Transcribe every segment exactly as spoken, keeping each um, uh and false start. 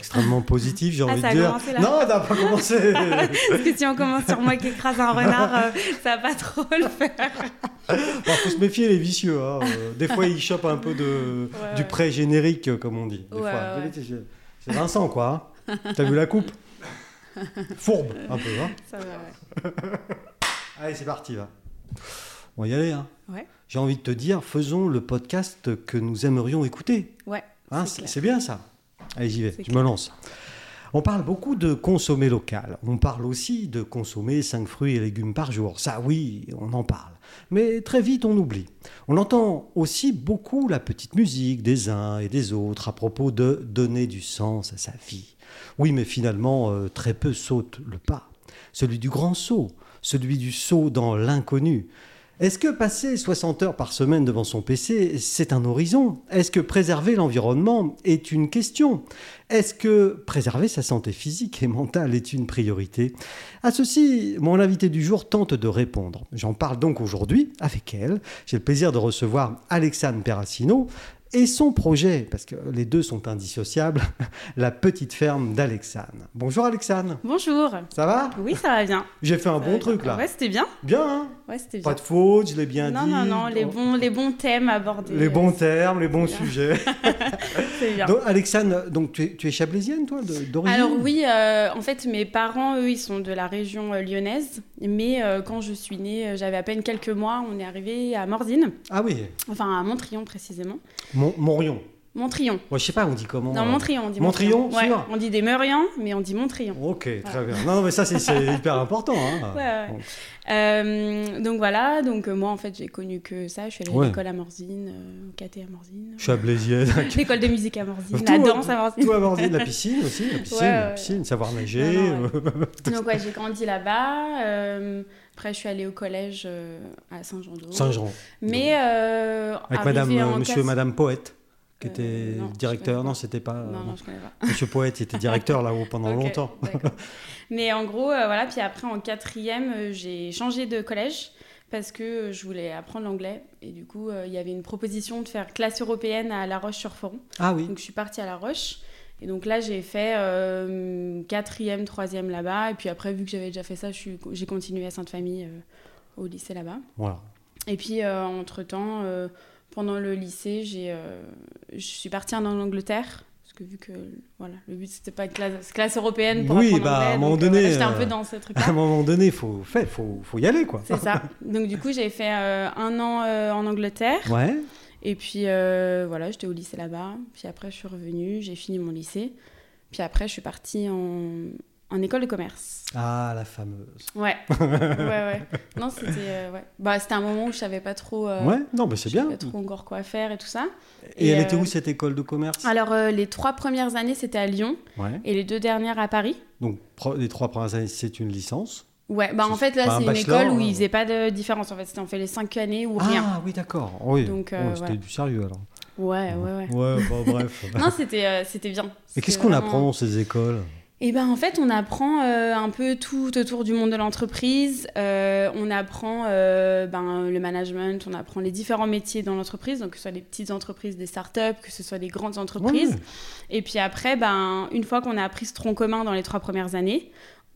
extrêmement positif, j'ai Ah, envie ça de a dire. commencé là. Non, ça n'a pas commencé. Parce que si on commence sur moi qui écrase un renard, euh, ça va pas trop le faire. Il faut se méfier, les vicieux. Hein. Euh, Des fois, ils chopent un peu de, Ouais, du ouais. pré-générique, euh, comme on dit. Des Ouais, fois. ouais. C'est- C'est Vincent, quoi. Hein. T'as vu la coupe? Fourbe, un peu. Hein. Ça va, ouais. Allez, c'est parti, va. On va y aller. Hein. Ouais. J'ai envie de te dire, faisons le podcast que nous aimerions écouter. Ouais, Hein, c'est c'est clair. c'est bien ça. Allez, j'y vais, C'est je clair. me lance. On parle beaucoup de consommer local. On parle aussi de consommer cinq fruits et légumes par jour. Ça, oui, on en parle. Mais très vite, on oublie. On entend aussi beaucoup la petite musique des uns et des autres à propos de donner du sens à sa vie. Oui, mais finalement, euh, très peu sautent le pas. Celui du grand saut, celui du saut dans l'inconnu. Est-ce que passer soixante heures par semaine devant son P C, c'est un horizon? Est-ce que préserver l'environnement est une question? Est-ce que préserver sa santé physique et mentale est une priorité? À ceci, mon invité du jour tente de répondre. J'en parle donc aujourd'hui avec elle. J'ai le plaisir de recevoir Alexandre Perracino et son projet, parce que les deux sont indissociables, la petite ferme d'Alexandre. Bonjour Alexandre, Bonjour. ça va? Oui, ça va bien. J'ai fait un Ça bon va truc bien. là. Ouais, c'était bien. Bien, hein? Ouais, c'était bien. Pas de faute, je l'ai bien non, dit. non, non, les bons, les bons thèmes abordés. Les bons euh, termes, les bons bien. sujets. C'est bien. Donc, Alexandre, donc, tu, es, tu es chablaisienne, toi, de- d'origine? Alors oui, euh, en fait, mes parents, eux, ils sont de la région euh, lyonnaise. Mais euh, quand je suis née, euh, j'avais à peine quelques mois, on est arrivé à Morzine. Ah oui, Enfin, à Montrion, précisément. Mon, Montrion. Montrion. Moi, je sais pas, on dit comment? Non, euh, Montrion, on dit Montrion, Ouais, sûr. on dit des Meurians, mais on dit Montrion. Ok, très bien. Non, non, mais ça, c'est c'est hyper important. Hein. Ouais, ouais. Bon. Euh, donc voilà, donc euh, moi, en fait, j'ai connu que ça. Je suis allée Ouais. à l'école à Morzine, euh, au caté à Morzine. Chablaisienne. L'école de musique à Morzine, Tout, la danse à Morzine. Tout à Morzine, la piscine aussi, la piscine, Ouais, la ouais. piscine, savoir nager. Non, non, euh, Donc ouais, j'ai grandi là-bas. Euh, après, je suis allée au collège euh, à Saint-Jean-d'Eau. Saint-Jean. Mais euh, Avec arrivée madame, en euh, monsieur classe- et madame Poète, qui Euh, était non, je directeur. connais pas. Non, c'était pas. Non, euh, non, je connais pas. Monsieur Poète, il était directeur là-haut pendant Ok, longtemps. d'accord. Mais en gros, euh, voilà. Puis après, en quatrième, euh, j'ai changé de collège parce que euh, je voulais apprendre l'anglais. Et du coup, euh, il y avait une proposition de faire classe européenne à La Roche-sur-Foron. Ah oui. Donc, je suis partie à La Roche. Et donc là, j'ai fait euh, quatrième, troisième là-bas. Et puis après, vu que j'avais déjà fait ça, je suis- j'ai continué à Sainte-Famille euh, au lycée là-bas. Voilà. Et puis, euh, entre-temps, euh, pendant le lycée, j'ai, euh, je suis partie en Angleterre. Parce que vu que voilà, le but, c'était pas une classe, classe européenne pour Oui, apprendre bah, l'anglais. à un moment donc, euh, donné, voilà, j'étais un euh, peu dans ce À un truc-là. moment donné, il faut, fait, faut, faut y aller, quoi. C'est ça. Donc, du coup, j'ai fait euh, un an euh, en Angleterre. Ouais. Et puis, euh, voilà, j'étais au lycée là-bas. Puis après, je suis revenue, j'ai fini mon lycée. Puis après, je suis partie en, en école de commerce. Ah, la fameuse. Ouais, ouais, ouais. Non, c'était, euh, ouais. Bah, c'était un moment où je savais pas trop, euh, Ouais, non, mais c'est je bien. savais pas trop encore quoi faire et tout ça. Et, Et, elle euh, était où, cette école de commerce? Alors, euh, les trois premières années, c'était à Lyon. Ouais. Et les deux dernières à Paris. Donc, pro- les trois premières années, c'est une licence. Ouais, bah en C'est fait, là, pas un c'est une bachelor, école où hein. ils faisaient pas de différence. En fait, c'était on fait les cinq années ou rien. Ah, oui, d'accord. Oui. Donc, euh, Oh, c'était voilà. du sérieux, alors. Ouais, ouais, ouais. Ouais, bah, bref. Non, c'était, euh, c'était bien. Mais C'était qu'est-ce qu'on vraiment- apprend dans ces écoles? Eh ben, en fait, on apprend euh, un peu tout autour du monde de l'entreprise. Euh, on apprend euh, ben, le management, on apprend les différents métiers dans l'entreprise, donc que ce soit des petites entreprises, des startups, que ce soit des grandes entreprises. Ouais. Et puis après, ben, une fois qu'on a appris ce tronc commun dans les trois premières années,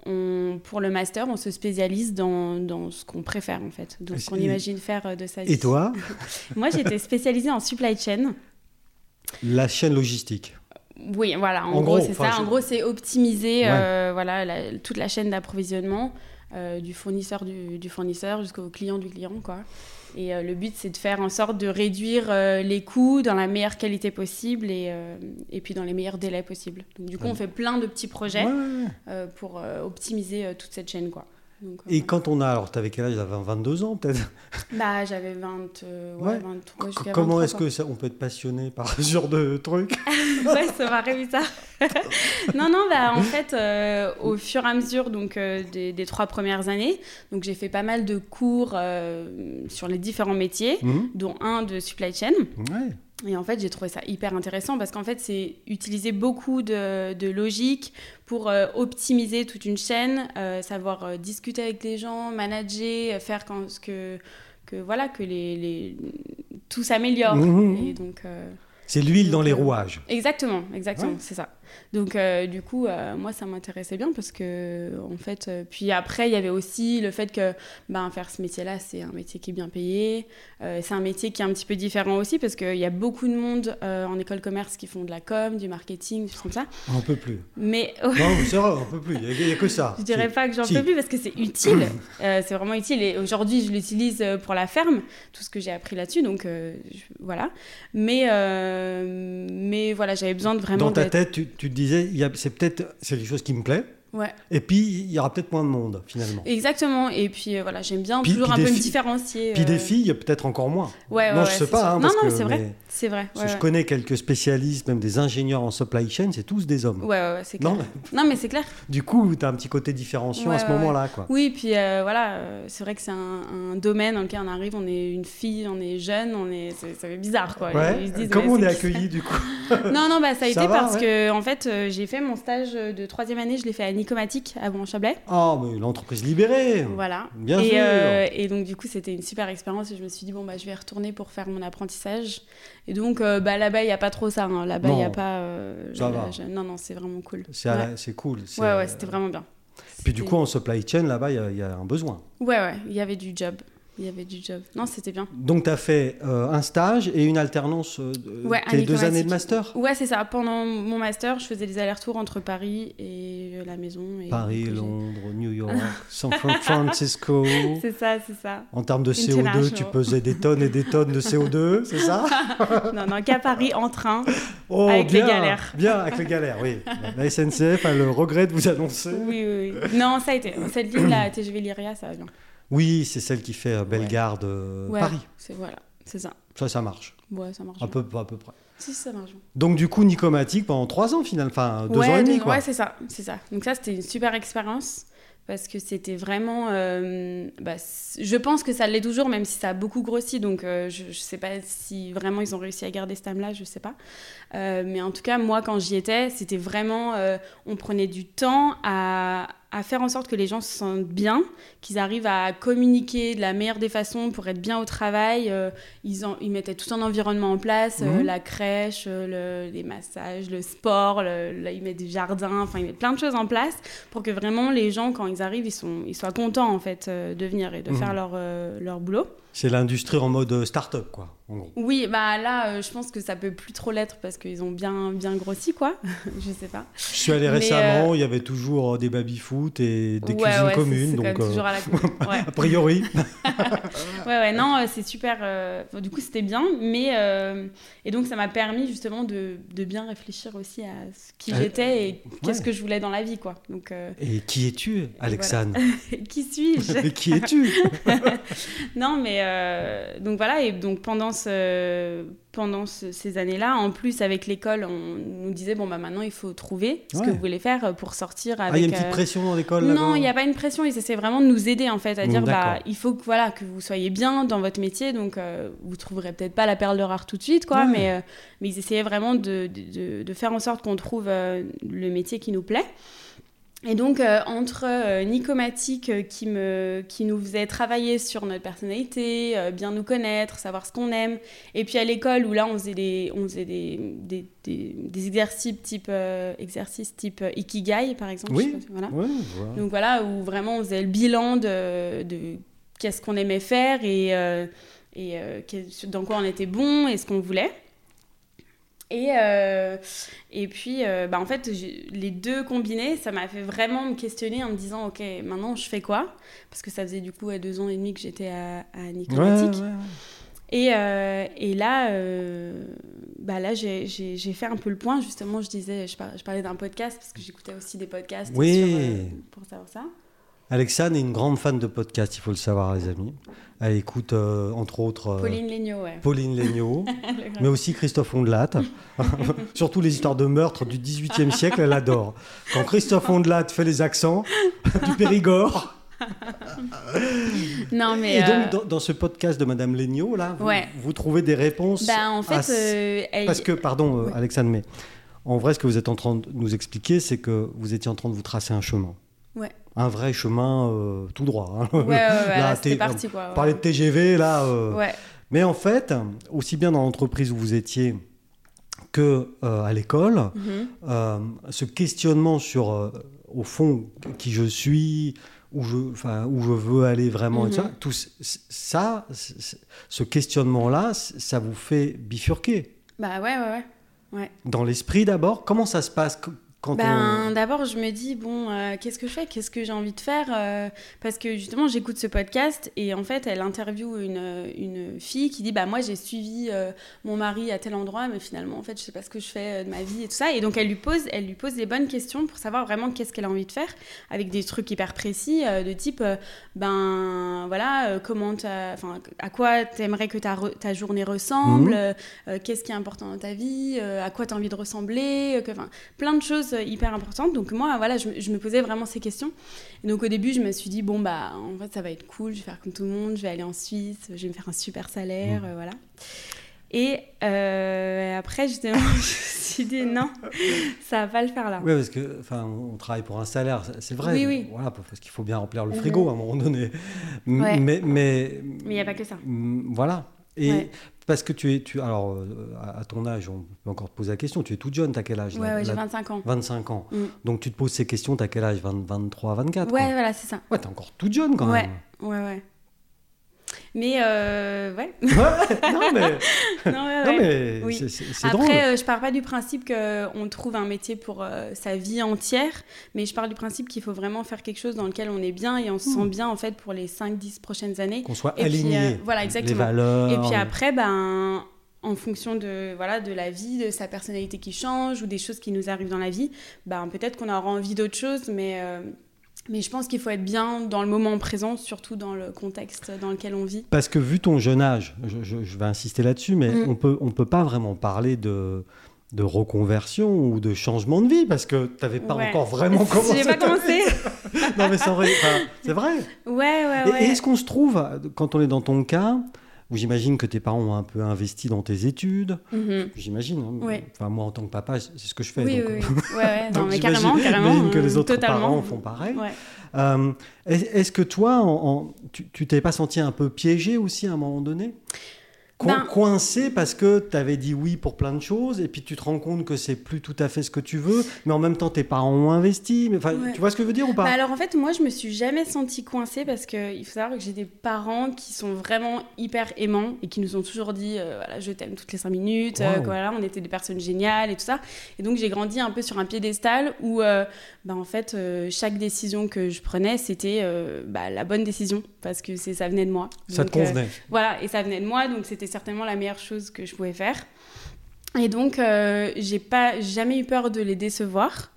on, pour le master, on se spécialise dans, dans ce qu'on préfère, en fait. Donc, Et ce qu'on c'est- imagine faire euh, de sa vie. Et toi? Moi, j'étais spécialisée en supply chain. La chaîne logistique. Oui, voilà, en, En gros, gros, c'est enfin, ça. je- En gros, c'est optimiser Ouais. euh, voilà, la- toute la chaîne d'approvisionnement euh, du fournisseur du, du fournisseur jusqu'au client du client, quoi. Et euh, le but, c'est de faire en sorte de réduire euh, les coûts dans la meilleure qualité possible et, euh, et puis dans les meilleurs délais possibles. Donc, du coup, Ouais. on fait plein de petits projets Ouais, ouais, ouais. euh, pour euh, optimiser euh, toute cette chaîne, quoi. Donc, euh, Et quand on a... Alors, t'avais quel âge? J'avais vingt-deux ans, peut-être? bah, j'avais vingt, euh, ouais, Ouais. vingt-trois, jusqu'à Comment vingt-trois, est-ce quoi. que ça, on peut être passionné par ce genre de trucs? Ouais, ça m'a bizarre. non, non, bah, en fait, euh, au fur et à mesure donc, euh, des, des trois premières années, donc, j'ai fait pas mal de cours euh, sur les différents métiers, Mhm. dont un de supply chain. Ouais. Et en fait, j'ai trouvé ça hyper intéressant parce qu'en fait, c'est utiliser beaucoup de, de logique pour euh, optimiser toute une chaîne, euh, savoir euh, discuter avec les gens, manager, euh, faire quand, ce que, que, voilà, que les, les... tout s'améliore. Mhm. Et donc... euh, C'est l'huile Donc, dans les euh, rouages. Exactement, exactement, Ouais. c'est ça. Donc, euh, du coup, euh, moi, ça m'intéressait bien parce que, en fait, euh, puis après, il y avait aussi le fait que ben, faire ce métier-là, c'est un métier qui est bien payé. Euh, c'est un métier qui est un petit peu différent aussi parce qu'il y a beaucoup de monde euh, en école commerce qui font de la com, du marketing, des choses comme ça. On n'en peut plus. Mais... non, c'est vrai, on n'en peut plus. Il n'y a, a que ça. Je dirais si. pas que j'en si. peux plus parce que c'est utile. euh, c'est vraiment utile. Et aujourd'hui, je l'utilise pour la ferme, tout ce que j'ai appris là-dessus. Donc, euh, je, voilà. Mais, euh, mais voilà, j'avais besoin de vraiment... Dans ta d'être... tête, tu, tu te disais, il y a, c'est peut-être c'est quelque chose qui me plaît. Ouais. Et puis, il y aura peut-être moins de monde, finalement. Exactement. Et puis, euh, voilà, j'aime bien puis, toujours puis un peu filles, me différencier. Puis euh... des filles, peut-être encore moins. Ouais, ouais, non, ouais, je ne sais pas. Hein, non, parce non, que, c'est vrai. Mais... C'est vrai. Ouais, ouais, je ouais. connais quelques spécialistes, même des ingénieurs en supply chain, c'est tous des hommes. Ouais, ouais, ouais c'est clair. Non, non, mais c'est clair. Du coup, tu as un petit côté différenciant ouais, à ce ouais, moment-là. Ouais. Quoi. Oui, puis euh, voilà, euh, c'est vrai que c'est un, un domaine dans lequel on arrive, on est une fille, on est jeune, on est... c'est, ça fait bizarre, quoi. Ouais. Ils se disent, Comment ouais, on est c'est accueillis, du coup? Non, non, bah, ça a ça été va, parce ouais. que, en fait, euh, j'ai fait mon stage de troisième année, je l'ai fait à Nicomatic, à Bon-Chablais. Oh, mais l'entreprise libérée. Voilà. Bien et, sûr. Euh, et donc, du coup, c'était une super expérience et je me suis dit, bon, bah, je vais y retourner pour faire mon apprentissage. Et donc, euh, bah, là-bas, il n'y a pas trop ça. Hein. Là-bas, il n'y a pas... Euh, ça là, va. Là, je... Non, non, c'est vraiment cool. C'est, ouais. la... c'est cool. C'est... Ouais, ouais, c'était vraiment bien. Puis c'était... du coup, en supply chain, là-bas, il y, y a un besoin. Ouais, ouais, il y avait du job. Il y avait du job. Non, c'était bien. Donc, tu as fait euh, un stage et une alternance, euh, ouais, tes deux années de master? Ouais, c'est ça. Pendant mon master, je faisais des allers-retours entre Paris et la maison. Et Paris, Londres, New York, San Francisco. C'est ça, c'est ça. En termes de C O deux, tu pesais des tonnes et des tonnes de C O deux, c'est ça? Non, non, qu'à Paris, en train, oh, avec bien, les galères. Bien, avec les galères, oui. La S N C F a le regret de vous annoncer. Oui, oui, oui. Non, ça a été. Cette ligne, la T G V Lyria, ça va bien. Oui, c'est celle qui fait euh, Bellegarde, euh, ouais, Paris. C'est, voilà, c'est ça. Ça, ça marche. Ouais, ça marche. À peu, à peu près. Si, ça marche. Donc, du coup, Nicomatic pendant trois ans, finalement. Enfin, deux ouais, ans et demi, deux, quoi. Ouais, c'est ça, c'est ça. Donc ça, c'était une super expérience. Parce que c'était vraiment... Euh, bah, je pense que ça l'est toujours, même si ça a beaucoup grossi. Donc, euh, je ne sais pas si vraiment ils ont réussi à garder cette âme-là, je ne sais pas. Euh, mais en tout cas, moi, quand j'y étais, c'était vraiment... Euh, on prenait du temps à, à faire en sorte que les gens se sentent bien, qu'ils arrivent à communiquer de la meilleure des façons pour être bien au travail. Euh, ils, en, ils mettaient tout un environnement en place, mmh. euh, la crèche, le, les massages, le sport, le, le, ils mettent du jardin, enfin, ils mettent plein de choses en place pour que vraiment les gens, quand ils arrivent, ils, sont, ils soient contents en fait, euh, de venir et de mmh. faire leur, euh, leur boulot. C'est l'industrie en mode start-up, quoi, en gros. Oui, bah là, euh, je pense que ça peut plus trop l'être parce qu'ils ont bien, bien grossi, quoi. Je sais pas. Je suis allé récemment, euh... il y avait toujours des baby-foot et des ouais, cuisines ouais, communes. C'est, c'est donc, euh... toujours à la commune. Ouais. A priori. ouais, ouais, non, c'est super. Euh... Du coup, c'était bien. Mais, euh... Et donc, ça m'a permis justement de, de bien réfléchir aussi à qui euh... j'étais et qu'est-ce ouais. que je voulais dans la vie, quoi. Donc, euh... Et qui es-tu, Alexane? Voilà. Qui suis-je? Mais qui es-tu? Non, mais euh, donc voilà, et donc pendant, ce, pendant ce, ces années-là, en plus avec l'école, on nous disait, bon, bah maintenant il faut trouver ce ouais. que vous voulez faire pour sortir avec... Ah, il y a une petite euh... pression dans l'école là-bas? Non, il n'y a pas une pression, ils essaient vraiment de nous aider en fait, à mmh, dire, d'accord. bah il faut que, voilà, que vous soyez bien dans votre métier, donc euh, vous ne trouverez peut-être pas la perle rare tout de suite, quoi, ouais. mais, euh, mais ils essayaient vraiment de, de, de faire en sorte qu'on trouve euh, le métier qui nous plaît. Et donc, euh, entre euh, Nicomatic euh, qui, me, qui nous faisait travailler sur notre personnalité, euh, bien nous connaître, savoir ce qu'on aime, et puis à l'école où là, on faisait des, on faisait des, des, des, des exercices type, euh, exercices type euh, Ikigai, par exemple. Oui, je sais pas, voilà. Ouais, voilà. Donc voilà, où vraiment on faisait le bilan de, de qu'est-ce qu'on aimait faire et, euh, et euh, dans quoi on était bon et ce qu'on voulait. Et, euh, et puis, euh, bah en fait, j'ai, les deux combinés, ça m'a fait vraiment me questionner en me disant, ok, maintenant je fais quoi? Parce que ça faisait du coup deux ans et demi que j'étais à, à Nicomatic. Ouais, ouais, ouais. Et, euh, et là, euh, bah là j'ai, j'ai, j'ai fait un peu le point. Justement, je disais, je, par, je parlais d'un podcast parce que j'écoutais aussi des podcasts oui. sur, euh, pour savoir ça. Alexane est une grande fan de podcasts, il faut le savoir, les amis. Elle écoute, euh, entre autres... Euh, Pauline Léniaud, ouais. Pauline Léniaud, mais aussi Christophe Ondelat. Surtout les histoires de meurtre du dix-huitième siècle, elle adore. Quand Christophe Ondelat fait les accents du Périgord... non, mais et donc, euh... dans, dans ce podcast de Madame Léniaud, là, vous, ouais. vous trouvez des réponses bah, en fait, à... euh, elle... Parce que, pardon, ouais. euh, Alexane, mais en vrai, ce que vous êtes en train de nous expliquer, c'est que vous étiez en train de vous tracer un chemin. Ouais. Un vrai chemin euh, tout droit. Hein. Ouais, ouais, ouais, là, là, c'était parti, quoi. Ouais. Parler de T G V, là... Euh... Ouais. Mais en fait, aussi bien dans l'entreprise où vous étiez que euh, à l'école, Mm-hmm. euh, ce questionnement sur, euh, au fond, qui je suis, où je, enfin, où je veux aller vraiment, Mm-hmm. et ça, tout c- ça, c- ce questionnement-là, c- ça vous fait bifurquer. Bah ouais, ouais, ouais. ouais. Dans l'esprit d'abord, comment ça se passe qu- quand Ben, d'abord, je me dis, bon, euh, qu'est-ce que je fais? Qu'est-ce que j'ai envie de faire? Euh, Parce que justement, j'écoute ce podcast et en fait, elle interviewe une, une fille qui dit, bah moi, j'ai suivi euh, mon mari à tel endroit, mais finalement, en fait, je sais pas ce que je fais de ma vie et tout ça. Et donc, elle lui pose, elle lui pose les bonnes questions pour savoir vraiment qu'est-ce qu'elle a envie de faire, avec des trucs hyper précis, euh, de type, euh, ben, voilà, euh, comment t'as, enfin, à quoi t'aimerais que ta, re- ta journée ressemble, Mhm. euh, euh, qu'est-ce qui est important dans ta vie, euh, à quoi t'as envie de ressembler, euh, que, enfin, plein de choses hyper importantes. Donc moi, voilà, je, je me posais vraiment ces questions. Et donc au début, je me suis dit, bon, bah, en fait, ça va être cool, je vais faire comme tout le monde, je vais aller en Suisse, je vais me faire un super salaire, Mmh. euh, voilà. Et euh, après, justement, je me suis dit, non, ça va pas le faire là. Oui, parce que, enfin, on travaille pour un salaire, c'est- c'est vrai. Oui, oui. Voilà, parce qu'il faut bien remplir le Mhm. frigo à un moment donné. M- Ouais. Mais, mais, Mais il n'y a pas que ça. Mm, Voilà. Et Ouais. parce que tu es, tu, alors, euh, à à ton âge, on peut encore te poser la question, tu es toute jeune, t'as quel âge là, Ouais, ouais, j'ai là vingt-cinq ans. vingt-cinq ans. Mm. Donc tu te poses ces questions, t'as quel âge, vingt, vingt-trois, vingt-quatre Ouais, quoi. voilà, c'est ça. Ouais, t'es encore toute jeune quand Ouais. même. Ouais, ouais. Mais, euh, ouais. Ouais, non mais, non, ouais, non, ouais. mais Oui. c'est, c'est- c'est drôle. Après, euh, je pars pas du principe qu'on trouve un métier pour euh, sa vie entière, mais je pars du principe qu'il faut vraiment faire quelque chose dans lequel on est bien et on se Mm. sent bien en fait pour les cinq dix prochaines années. Qu'on soit Et puis, aligné. euh, voilà, Les exactement. valeurs. Et puis après, ben, en fonction de, voilà, de la vie, de sa personnalité qui change ou des choses qui nous arrivent dans la vie, ben, peut-être qu'on aura envie d'autre chose, mais, euh, mais je pense qu'il faut être bien dans le moment présent, surtout dans le contexte dans lequel on vit. Parce que vu ton jeune âge, je, je- je vais insister là-dessus, mais Mm. on peut, on peut pas vraiment parler de, de reconversion ou de changement de vie parce que tu n'avais pas Ouais. encore vraiment commencé. J'ai pas ta commencé. vie. Non, mais c'est vrai. enfin, c'est vrai. Ouais, ouais, Et- ouais. Et, est-ce qu'on se trouve, quand on est dans ton cas, où j'imagine que tes parents ont un peu investi dans tes études, Mhm. j'imagine. hein. Ouais. Enfin, moi, en tant que papa, c'est ce que je fais. Oui, donc, oui, euh, oui. Ouais, ouais, non, donc mais j'imagine- carrément, carrément. j'imagine que les euh, autres totalement. parents font pareil. Ouais. Euh, est- est-ce que toi, en- en- tu, tu t'es pas senti un peu piégé aussi à un moment donné? Co- Ben- Coincé parce que tu avais dit oui pour plein de choses et puis tu te rends compte que c'est plus tout à fait ce que tu veux, mais en même temps tes parents ont investi. Mais, enfin, Ouais. tu vois ce que je veux dire ou pas? Bah alors en fait, moi je me suis jamais sentie coincée parce qu'il faut savoir que j'ai des parents qui sont vraiment hyper aimants et qui nous ont toujours dit euh, voilà, je t'aime toutes les cinq minutes, euh, Wow. que, voilà, on était des personnes géniales et tout ça. Et donc j'ai grandi un peu sur un piédestal où euh, bah, en fait euh, chaque décision que je prenais c'était euh, bah, la bonne décision parce que c'est, ça venait de moi. Ça te Donc, euh, convenait. Voilà, et ça venait de moi, donc c'était certainement la meilleure chose que je pouvais faire. Et donc, euh, j'ai pas jamais eu peur de les décevoir.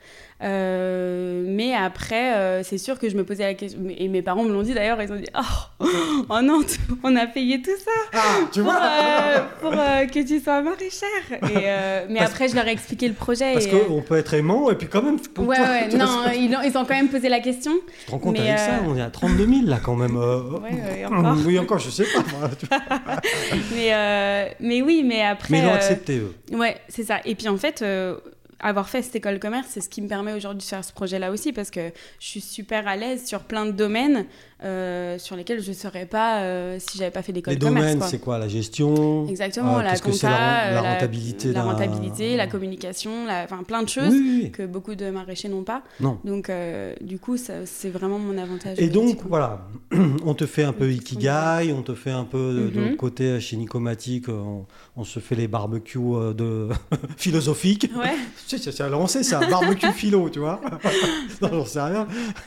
Euh, mais après, euh, c'est sûr que je me posais la question. Et mes parents me l'ont dit d'ailleurs, ils ont dit oh, oh non, t- on a payé tout ça Ah, tu pour, vois euh, pour euh, que tu sois maraîchère. Et, euh, mais Parce- après, je leur ai expliqué le projet. Parce et, euh, qu'on peut être aimant et puis quand même. Pour Ouais, toi, ouais, tu vois, non, ça- ils ont, ils ont quand même posé la question. Tu te rends compte mais, avec ça, euh, on est à trente-deux mille là quand même. euh, Ouais, ouais, encore. Oui, encore, je sais pas. moi, tu vois. Mais, euh, mais oui, mais après. Mais ils l'ont euh, accepté eux. Ouais, c'est ça. Et puis en fait, euh, avoir fait cette école de commerce, c'est ce qui me permet aujourd'hui de faire ce projet-là aussi, parce que je suis super à l'aise sur plein de domaines euh, sur lesquels je ne serais pas euh, si j'avais pas fait d'école Les de commerce. domaines, quoi. c'est quoi? La gestion? Exactement, euh, la qu'est-ce que compta, c'est la ren- la euh, rentabilité la, d'un- rentabilité, la communication, la, enfin plein de choses Oui, oui, oui. que beaucoup de maraîchers n'ont pas. Non. Donc euh, du coup, ça, c'est vraiment mon avantage. Et donc, aujourd'hui, quoi. voilà, on te fait un peu Oui, Ikigai, on te fait un peu de, de Mhm. l'autre côté chez Nicomatic, on, on se fait les barbecues euh, de philosophiques. Ouais. C'est, c'est, c'est lancé ça, barbecue philo, tu vois. Non, j'en sais rien.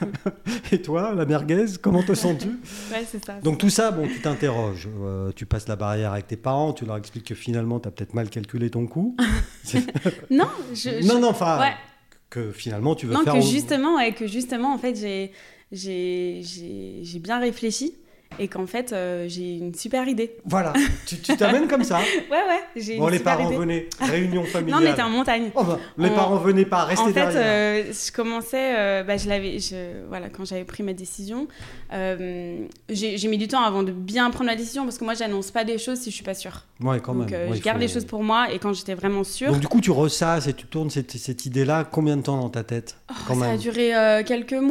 Et toi, la merguez, comment te sens-tu? Ouais, c'est ça. Donc tout ça, bon, tu t'interroges, euh, tu passes la barrière avec tes parents, tu leur expliques que finalement, tu as peut-être mal calculé ton coût. C'est- Non, je, je- non, non, enfin, ouais. que finalement, tu veux Non, faire... que au- justement, ouais, que justement, en fait, j'ai, j'ai, j'ai, j'ai bien réfléchi et qu'en fait, euh, j'ai une super idée. Voilà, tu, tu t'amènes comme ça. Ouais, ouais, j'ai Bon, une les super parents idée. venaient, réunion Non, familiale. on était en montagne. Oh bah, les On- parents venaient pas, rester En fait, derrière. euh, je commençais, euh, bah, je l'avais, je, voilà, quand j'avais pris ma décision, euh, j'ai, j'ai mis du temps avant de bien prendre la décision parce que moi, j'annonce pas des choses si je suis pas sûre. Ouais, quand Donc, même. euh, Ouais, je il garde faut- les choses pour moi et quand j'étais vraiment sûre, Donc du coup, tu ressasses et tu tournes cette, cette idée-là combien de temps dans ta tête oh, quand ça même a duré euh, quelques mois.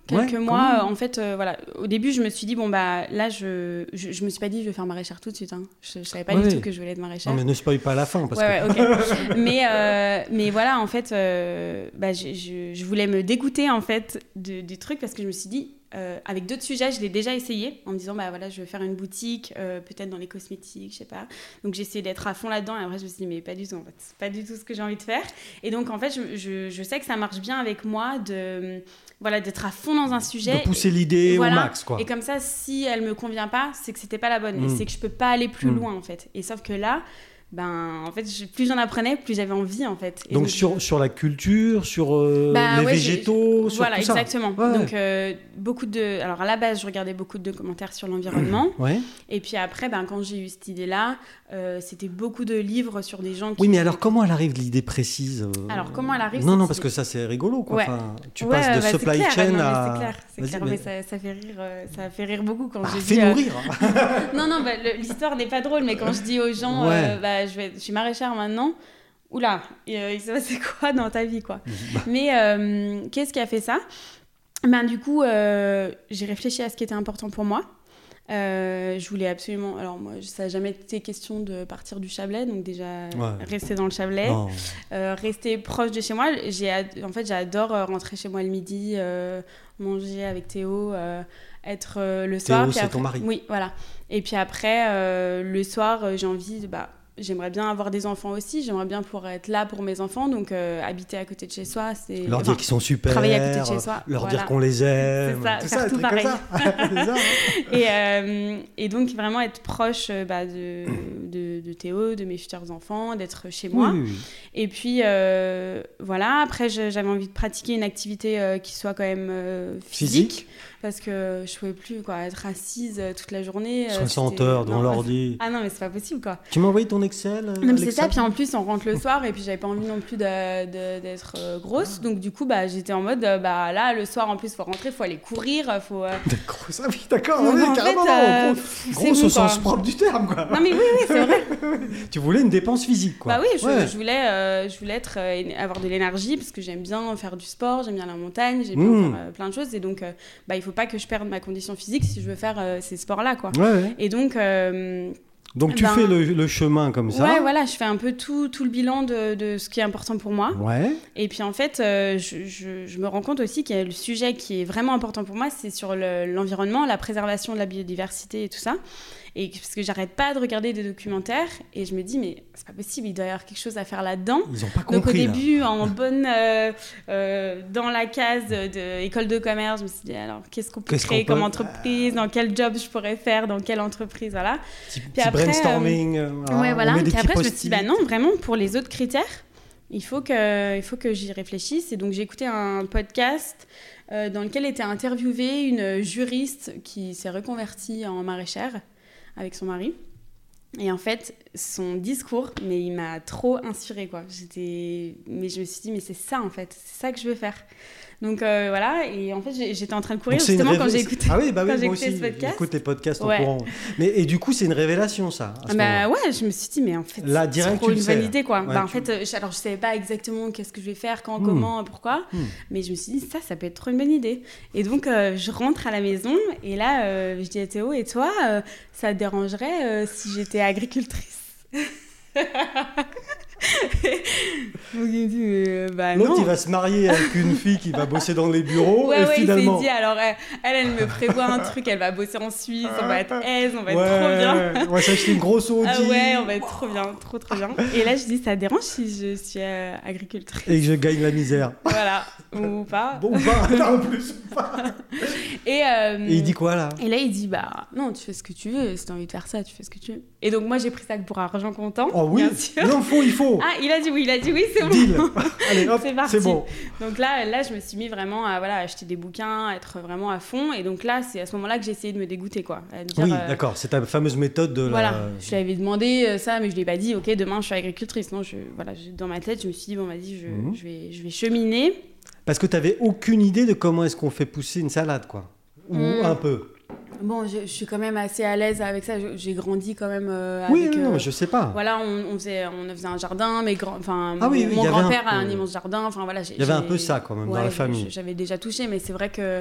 quelques ouais, mois. En fait, euh, voilà. Au début, je me suis dit, bon, bah là, je, je, je me suis pas dit, je vais faire maraîchère tout de suite. Hein. Je, je savais pas ouais. du tout que je voulais être maraîchère. Non, mais ne spoil pas la fin. Parce ouais, que... ouais, ok. mais, euh, mais voilà, en fait, euh, bah, je, je, je voulais me dégoûter, en fait, de, du truc parce que je me suis dit, Euh, avec d'autres sujets, je l'ai déjà essayé en me disant bah voilà, je vais faire une boutique, euh, peut-être dans les cosmétiques, je sais pas. Donc j'ai essayé d'être à fond là-dedans et après je me suis dit mais pas du tout en fait, c'est pas du tout ce que j'ai envie de faire. Et donc en fait, je, je, je sais que ça marche bien avec moi de voilà d'être à fond dans un sujet, de pousser l'idée et, voilà, au max quoi. Et comme ça, si elle me convient pas, c'est que c'était pas la bonne, mmh. et c'est que je peux pas aller plus mmh. loin en fait. Et sauf que là. Ben, en fait, je, plus j'en apprenais, plus j'avais envie, en fait. Et donc, donc sur, je... sur la culture, sur euh, bah, les ouais, végétaux, sur voilà, tout ça. Exactement. Ouais. Donc, euh, beaucoup de... Alors, à la base, je regardais beaucoup de documentaires sur l'environnement. Ouais. Et puis après, ben, quand j'ai eu cette idée-là, euh, c'était beaucoup de livres sur des gens qui... Oui, mais alors, comment elle arrive, l'idée précise euh... Alors, comment elle arrive Non, non, parce que ça, c'est rigolo, quoi. Ouais. Enfin, tu ouais, passes de bah, supply clair, chain non, à... C'est clair, c'est clair, mais, mais ça, ça, fait rire, euh, ça fait rire beaucoup quand bah, j'ai fais-nous dit... Euh... rire. Non, non, bah, le, l'histoire n'est pas drôle, mais quand je dis aux gens, ouais. euh, bah, je, vais, je suis maraîchère maintenant... Oula, euh, il s'est passé quoi dans ta vie, quoi. Mais euh, qu'est-ce qui a fait ça ? Ben, du coup, euh, j'ai réfléchi à ce qui était important pour moi. Euh, je voulais absolument... Alors, moi, ça n'a jamais été question de partir du Chablais, donc déjà, ouais. rester dans le Chablais, oh. euh, rester proche de chez moi. J'ai, en fait, j'adore rentrer chez moi le midi, euh, manger avec Théo, euh, être euh, le soir. Théo, c'est après... ton mari. Oui, voilà. Et puis après, euh, le soir, j'ai envie de... Bah, j'aimerais bien avoir des enfants aussi, j'aimerais bien pouvoir être là pour mes enfants, donc euh, habiter à côté de chez soi, c'est... Leur enfin, dire qu'ils sont super, travailler à côté de chez soi, leur voilà. dire qu'on les aime, c'est ça, tout faire ça, tout pareil. pareil. Comme ça. et, euh, et donc vraiment être proche bah, de, de, de Théo, de mes futurs enfants, d'être chez moi. Oui, oui. Et puis euh, voilà, après je, j'avais envie de pratiquer une activité euh, qui soit quand même euh, physique, physique, parce que je pouvais plus quoi, être assise euh, toute la journée. soixante heures devant l'ordi. Ah non, mais c'est pas possible quoi. Tu m'as envoyé ton Excel euh, Non, mais c'est ça, puis en plus on rentre le soir et puis j'avais pas envie non plus de, de, d'être euh, grosse, donc du coup bah, j'étais en mode euh, bah là le soir en plus faut rentrer, faut aller courir, faut... Euh... Grosse, ah oui d'accord, donc, oui, en carrément, fait, euh, gros, grosse bon, au sens propre du terme quoi. Non mais oui, oui c'est vrai. Tu voulais une dépense physique quoi. Bah oui, je, ouais. je voulais, euh, je voulais être, euh, avoir de l'énergie parce que j'aime bien faire du sport, j'aime bien la montagne, j'aime bien mmh. faire euh, plein de choses et donc euh, bah, il faut pas que je perde ma condition physique si je veux faire euh, ces sports là quoi. Ouais, ouais. Et donc... Euh, Donc tu ben, fais le, le chemin comme ça. Ouais, voilà, je fais un peu tout, tout le bilan de, de ce qui est important pour moi. Ouais. Et puis en fait, euh, je, je, je me rends compte aussi qu'il y a le sujet qui est vraiment important pour moi, c'est sur le, l'environnement, la préservation de la biodiversité et tout ça. Et parce que j'arrête pas de regarder des documentaires et je me dis mais c'est pas possible, il doit y avoir quelque chose à faire là-dedans. Ils ont pas compris. Donc au début, là. en bonne euh, euh, dans la case de école de commerce, je me suis dit alors qu'est-ce qu'on peut qu'est-ce créer qu'on comme peut... entreprise, dans quel job je pourrais faire, dans quelle entreprise, voilà. Petit, puis petit après, brainstorming. Euh, voilà, ouais, voilà. Puis après je me suis dit bah non, vraiment pour les autres critères, il faut que il faut que j'y réfléchisse et donc j'ai écouté un podcast euh, dans lequel était interviewée une juriste qui s'est reconvertie en maraîchère avec son mari. Et en fait, son discours, mais il m'a trop inspirée, quoi. J'étais... Mais je me suis dit, mais c'est ça, en fait. C'est ça que je veux faire. Donc, euh, voilà. Et en fait, j'étais en train de courir, justement, révé... quand j'ai écouté, ah oui, bah oui, quand j'ai moi écouté aussi, ce podcast. J'écoute tes podcasts en ouais. courant. Mais, et du coup, c'est une révélation, ça, à ce bah ouais, je me suis dit, mais en fait, là, c'est trop une bonne idée, quoi. Ouais, bah, en tu... fait, je... alors, je savais pas exactement qu'est-ce que je vais faire, quand, mmh. comment, pourquoi. Mmh. Mais je me suis dit, ça, ça peut être trop une bonne idée. Et donc, euh, je rentre à la maison. Et là, euh, je dis à Théo, et toi, euh, ça te dérangerait euh, si j'étais agricultrice? Donc il me dit mais bah l'autre non. il va se marier avec une fille qui va bosser dans les bureaux ouais, et ouais, finalement il s'est dit alors elle, elle elle me prévoit un truc, elle va bosser en Suisse, on va être aise, on va ouais, être trop bien, on va s'acheter une grosse Audi. Ah ouais, on va être trop bien, trop trop bien. Et là je dis ça te dérange si je suis euh, agricultrice et que je gagne la misère, voilà, ou pas, bon pas non, en plus pas. Et, euh, et il dit quoi là? Et là il dit bah non, tu fais ce que tu veux, si t'as envie de faire ça tu fais ce que tu veux. Et donc moi j'ai pris ça pour argent comptant. Oh oui, bien sûr. Non, faut, il faut. Ah, il a dit oui, il a dit oui, c'est bon. Deal. Allez, hop, c'est, parti. C'est bon. Donc là, là, je me suis mis vraiment à voilà, acheter des bouquins, à être vraiment à fond. Et donc là, c'est à ce moment-là que j'ai essayé de me dégoûter, quoi. À me dire, oui, euh, d'accord. C'est ta fameuse méthode de voilà. la... Je lui avais demandé ça, mais je lui ai pas dit, ok, demain, je suis agricultrice. Non, je, voilà, je, dans ma tête, je me suis dit, bon, vas-y, je, mmh. je, vais, je vais cheminer. Parce que tu n'avais aucune idée de comment est-ce qu'on fait pousser une salade, quoi. Ou mmh. un peu. Bon, je, je suis quand même assez à l'aise avec ça. Je- j'ai grandi quand même euh, Oui, avec... non, euh, je sais pas. Voilà, on, on, faisait, on faisait un jardin, mes grands, enfin, Ah oui, mon, oui, mon il y avait grand-père un a un peu- immense jardin. Enfin voilà, j'ai- Il y avait un j'ai- peu ça quand même dans ouais, la je- famille. J'avais déjà touché, mais c'est vrai que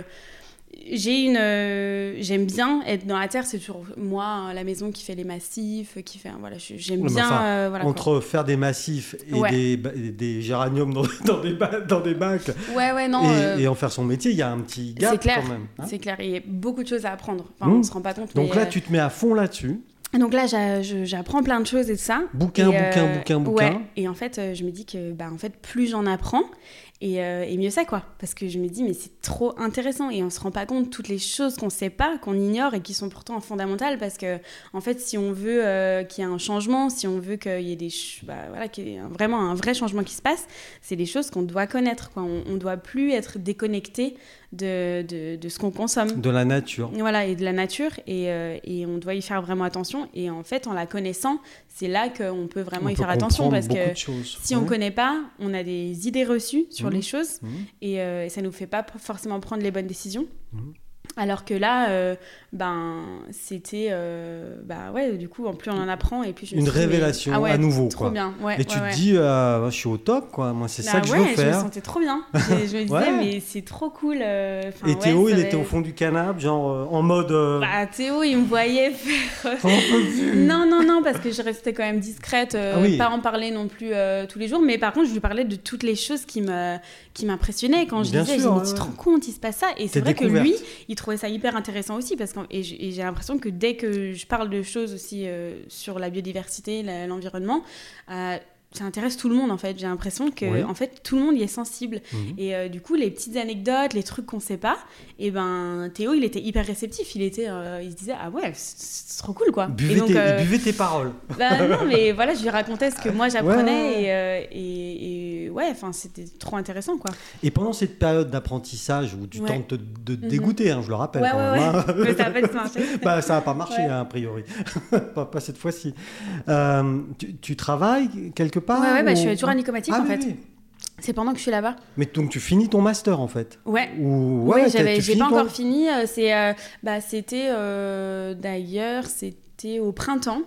j'ai une, euh, j'aime bien être dans la terre. C'est toujours moi, hein, la maison qui fait les massifs, qui fait, voilà, je- j'aime Ouais, mais bien. enfin, euh, voilà, quoi. Entre faire des massifs et Ouais. des, ba- et des géraniums dans, dans, des, ba- dans des bacs Ouais, ouais, non. et, euh, et en faire son métier, il y a un petit gap c'est clair, quand même. hein. c'est clair. Il y a beaucoup de choses à apprendre. Enfin, Mmh. on se rend pas compte. Donc mais, là, euh, tu te mets à fond là-dessus. Donc là, j'a- je- j'apprends plein de choses et tout ça. Bouquin, Et, bouquin, euh, bouquin, bouquin. Ouais. Et en fait, euh, je me dis que bah, en fait, plus j'en apprends, et, euh, et mieux c'est, quoi. Parce que je me dis, mais c'est trop intéressant. Et on se rend pas compte de toutes les choses qu'on sait pas, qu'on ignore et qui sont pourtant fondamentales. Parce que, en fait, si on veut euh, qu'il y ait un changement, si on veut qu'il y ait des ch- bah, voilà, qu'il y ait un- vraiment un vrai changement qui se passe, c'est des choses qu'on doit connaître, quoi. On, on doit plus être déconnecté de, de, de ce qu'on consomme. De la nature. Voilà, et de la nature, et, euh, et on doit y faire vraiment attention. Et en fait, en la connaissant, c'est là qu'on peut vraiment On y peut faire attention. comprendre Parce beaucoup que de choses. si on ne Ouais. connaît pas, on a des idées reçues sur Mhm. les choses, Mhm. et, euh, et ça ne nous fait pas p- forcément prendre les bonnes décisions. Mhm. Alors que là, euh, ben, c'était... euh, bah ouais, du coup, en plus on en apprend, et puis je me Une suis dit, mais- révélation ah ouais, à nouveau, trop quoi. bien. Ouais, Et ouais, tu ouais. te dis, euh, je suis au top, quoi. Moi, c'est Bah ça que ouais, je veux je me faire. sentais trop bien. Je, je me disais, Ouais. mais c'est trop cool. euh, enfin, Et ouais, Théo, ça il va- était au fond du canapé, genre euh, en mode. euh, Bah, Théo, il me voyait faire... J'en peux plus. Non, non, non, parce que je restais quand même discrète, euh, Ah oui. pas en parler non plus euh, tous les jours, mais par contre, je lui parlais de toutes les choses qui me, qui m'impressionnaient quand je Bien disais, sûr, mais ouais, tu te ouais. rends compte, il se passe ça. Et c'est T'es vrai découverte. que lui, il trouvait ça hyper intéressant aussi, parce que et j'- et j'ai l'impression que dès que je parle de choses aussi euh, sur la biodiversité, la- l'environnement, euh, ça intéresse tout le monde en fait. J'ai l'impression que Oui. en fait tout le monde y est sensible. Mhm. Et euh, du coup, les petites anecdotes, les trucs qu'on sait pas, et ben Théo, il était hyper réceptif. Il était, euh, il se disait ah ouais, c'est c'est trop cool quoi. Buvez, et donc, tes, euh, il buvait tes paroles. bah, non, mais voilà, je lui racontais ce que moi j'apprenais Ouais, ouais, ouais. Et, euh, et, et ouais, enfin c'était trop intéressant quoi. Et pendant cette période d'apprentissage où tu Ouais. tentes de, de te Mhm. dégoûter, hein, je le rappelle Ouais, quand ouais, même, ouais. hein. Mais ça a pas du tout marché. Bah, ça n'a pas marché, Ouais. hein, a priori. pas, pas cette fois-ci. Euh, tu, tu travailles quelque part Ouais, ouais, bah, ou- je suis toujours à Nicomatique Ah, en oui, fait. oui. C'est pendant que je suis là-bas. Mais donc tu finis ton master en fait. Ouais. Ou, Oui, ouais, j'avais, tu j'ai finis pas ton- encore fini. euh, C'est, euh, bah, c'était euh, d'ailleurs, c'était au printemps.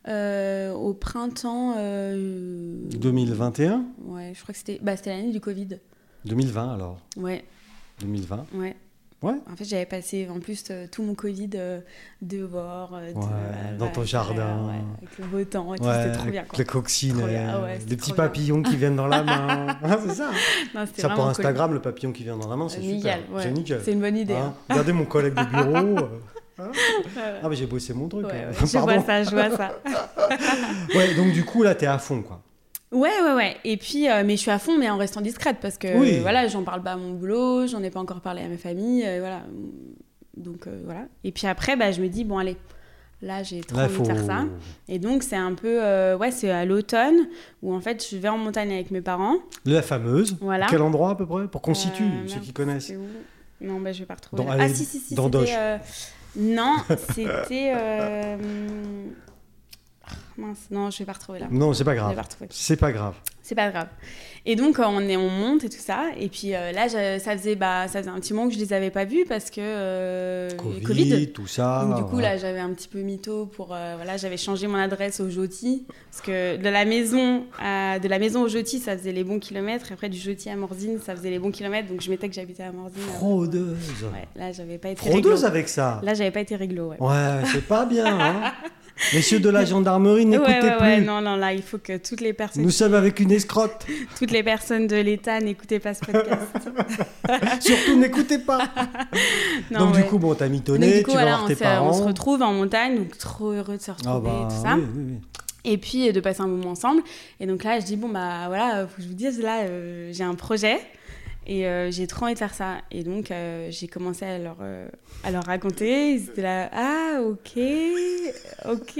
Euh, au printemps. euh, deux mille vingt et un Ouais, je crois que c'était, bah, c'était l'année du Covid. deux mille vingt alors. Ouais, deux mille vingt. ouais. Ouais. En fait, j'avais passé en plus euh, tout mon Covid euh, dehors. euh, de- Ouais, euh, dans voilà, ton jardin. ouais, avec le beau temps et tout, Ouais, c'était trop bien. avec Quoi. les coccinelles, Trop bien, ah ouais, c'était des petits trop bien. papillons qui viennent dans la main. Ah, c'est ça. hein. Non, c'était Ça pour vraiment Instagram, le papillon qui vient dans la main, c'est cool. super. Nickel, ouais. C'est nickel. C'est une bonne idée. Hein, hein. regardez mon collègue de bureau. euh. Hein Ouais, ouais. Ah, mais j'ai bossé mon truc. Ouais, hein. ouais, je Pardon. vois ça, je vois ça. Ouais, donc du coup, là, t'es à fond, quoi. Ouais, ouais, ouais. Et puis, euh, mais je suis à fond, mais en restant discrète, parce que Oui. euh, voilà, j'en parle pas à mon boulot, j'en ai pas encore parlé à ma famille, euh, voilà. Donc euh, voilà. Et puis après, bah, je me dis bon allez, là j'ai trop Là, envie faut... de faire ça. Et donc c'est un peu, euh, ouais, c'est à l'automne où en fait je vais en montagne avec mes parents. La fameuse. Voilà. Quel endroit à peu près pour qu'on situe, Euh, ceux merde, qui connaissent. c'est où Non, bah je vais pas retrouver. Dans- là. Ah allez, si si si. dans c'était, Doge. euh, Non, c'était. euh, Mince, non, je vais pas retrouver là. Non, c'est pas Je vais grave. pas retrouver. C'est pas grave. C'est pas grave. Et donc euh, on, est, on monte et tout ça. Et puis euh, là, je- ça faisait, bah, ça faisait un petit moment que je les avais pas vus parce que euh, Covid, Covid. tout ça. Donc, du coup, voilà. là, j'avais un petit peu mytho pour. euh, voilà, j'avais changé mon adresse au Joti. Parce que de la maison, à, de la maison au Joti, ça faisait les bons kilomètres. Et après, du Joti à Morzine, ça faisait les bons kilomètres. Donc, je mettais que j'habitais à Morzine. Fraudeuse. Ouais, là, j'avais pas été Fraudeuse réglo. avec ça. Là, j'avais pas été réglo, ouais. Ouais, c'est pas bien. Hein. Messieurs de la gendarmerie, n'écoutez ouais, ouais, plus. ouais, non, non, là, il faut que toutes les personnes, Nous sommes avec une escrotte. toutes les personnes de l'État n'écoutez pas ce podcast. Surtout, n'écoutez pas. Non, donc, ouais. du coup, bon, t'as Donc, mitonné, du coup, tu vas voilà, voir on, tes s'est- parents. on se retrouve en montagne, donc trop heureux de se retrouver Ah bah, et tout ça. oui, oui, oui. Et puis euh, de passer un moment ensemble. Et donc là, je dis, bon, bah voilà, euh, faut que je vous dise, là, euh, j'ai un projet et euh, j'ai trop envie de faire ça. Et donc, euh, j'ai commencé à leur, euh, à leur raconter. Ils étaient là, ah, ok, ok.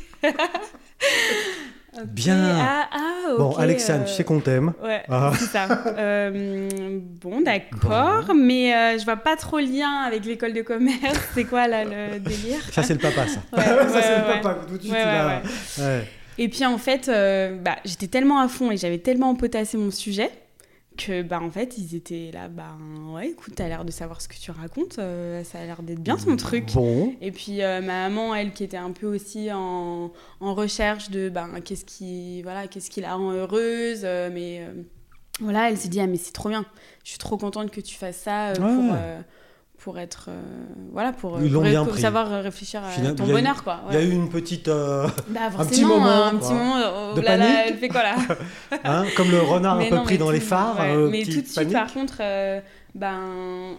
Ok, Bien. Ah, ah, ok. Bon, Alexandre, euh, tu sais qu'on t'aime. Ouais, Ah. c'est ça. Euh, bon, d'accord, mais euh, je vois pas trop le lien avec l'école de commerce. C'est quoi, là, le délire? Ça, c'est le papa, ça. Ouais, ça, ouais, c'est le ouais. papa. Tout de suite, Ouais, il ouais, a- ouais. Et puis en fait, euh, bah, j'étais tellement à fond et j'avais tellement potassé mon sujet que bah en fait ils étaient là, bah ouais écoute, t'as l'air de savoir ce que tu racontes, euh, ça a l'air d'être bien ton truc. Bon. Et puis euh, ma maman, elle qui était un peu aussi en, en recherche de bah, qu'est-ce qui voilà qu'est-ce qui la rend heureuse, euh, mais euh, voilà, elle s'est dit ah mais c'est trop bien, je suis trop contente que tu fasses ça euh, Ouais. pour euh, pour être euh, voilà pour, Ils l'ont pour, bien pour pris. savoir réfléchir à Finalement, ton il y a eu- bonheur quoi. Il y a Ouais. eu une petite... euh, Bah un forcément, petit moment, un quoi. petit moment oh De là là, panique. elle fait quoi là? hein, comme le renard Mais un peu non, pris mais dans tout- les phares. ouais, euh, mais petite tout de suite, panique. par contre, euh, ben,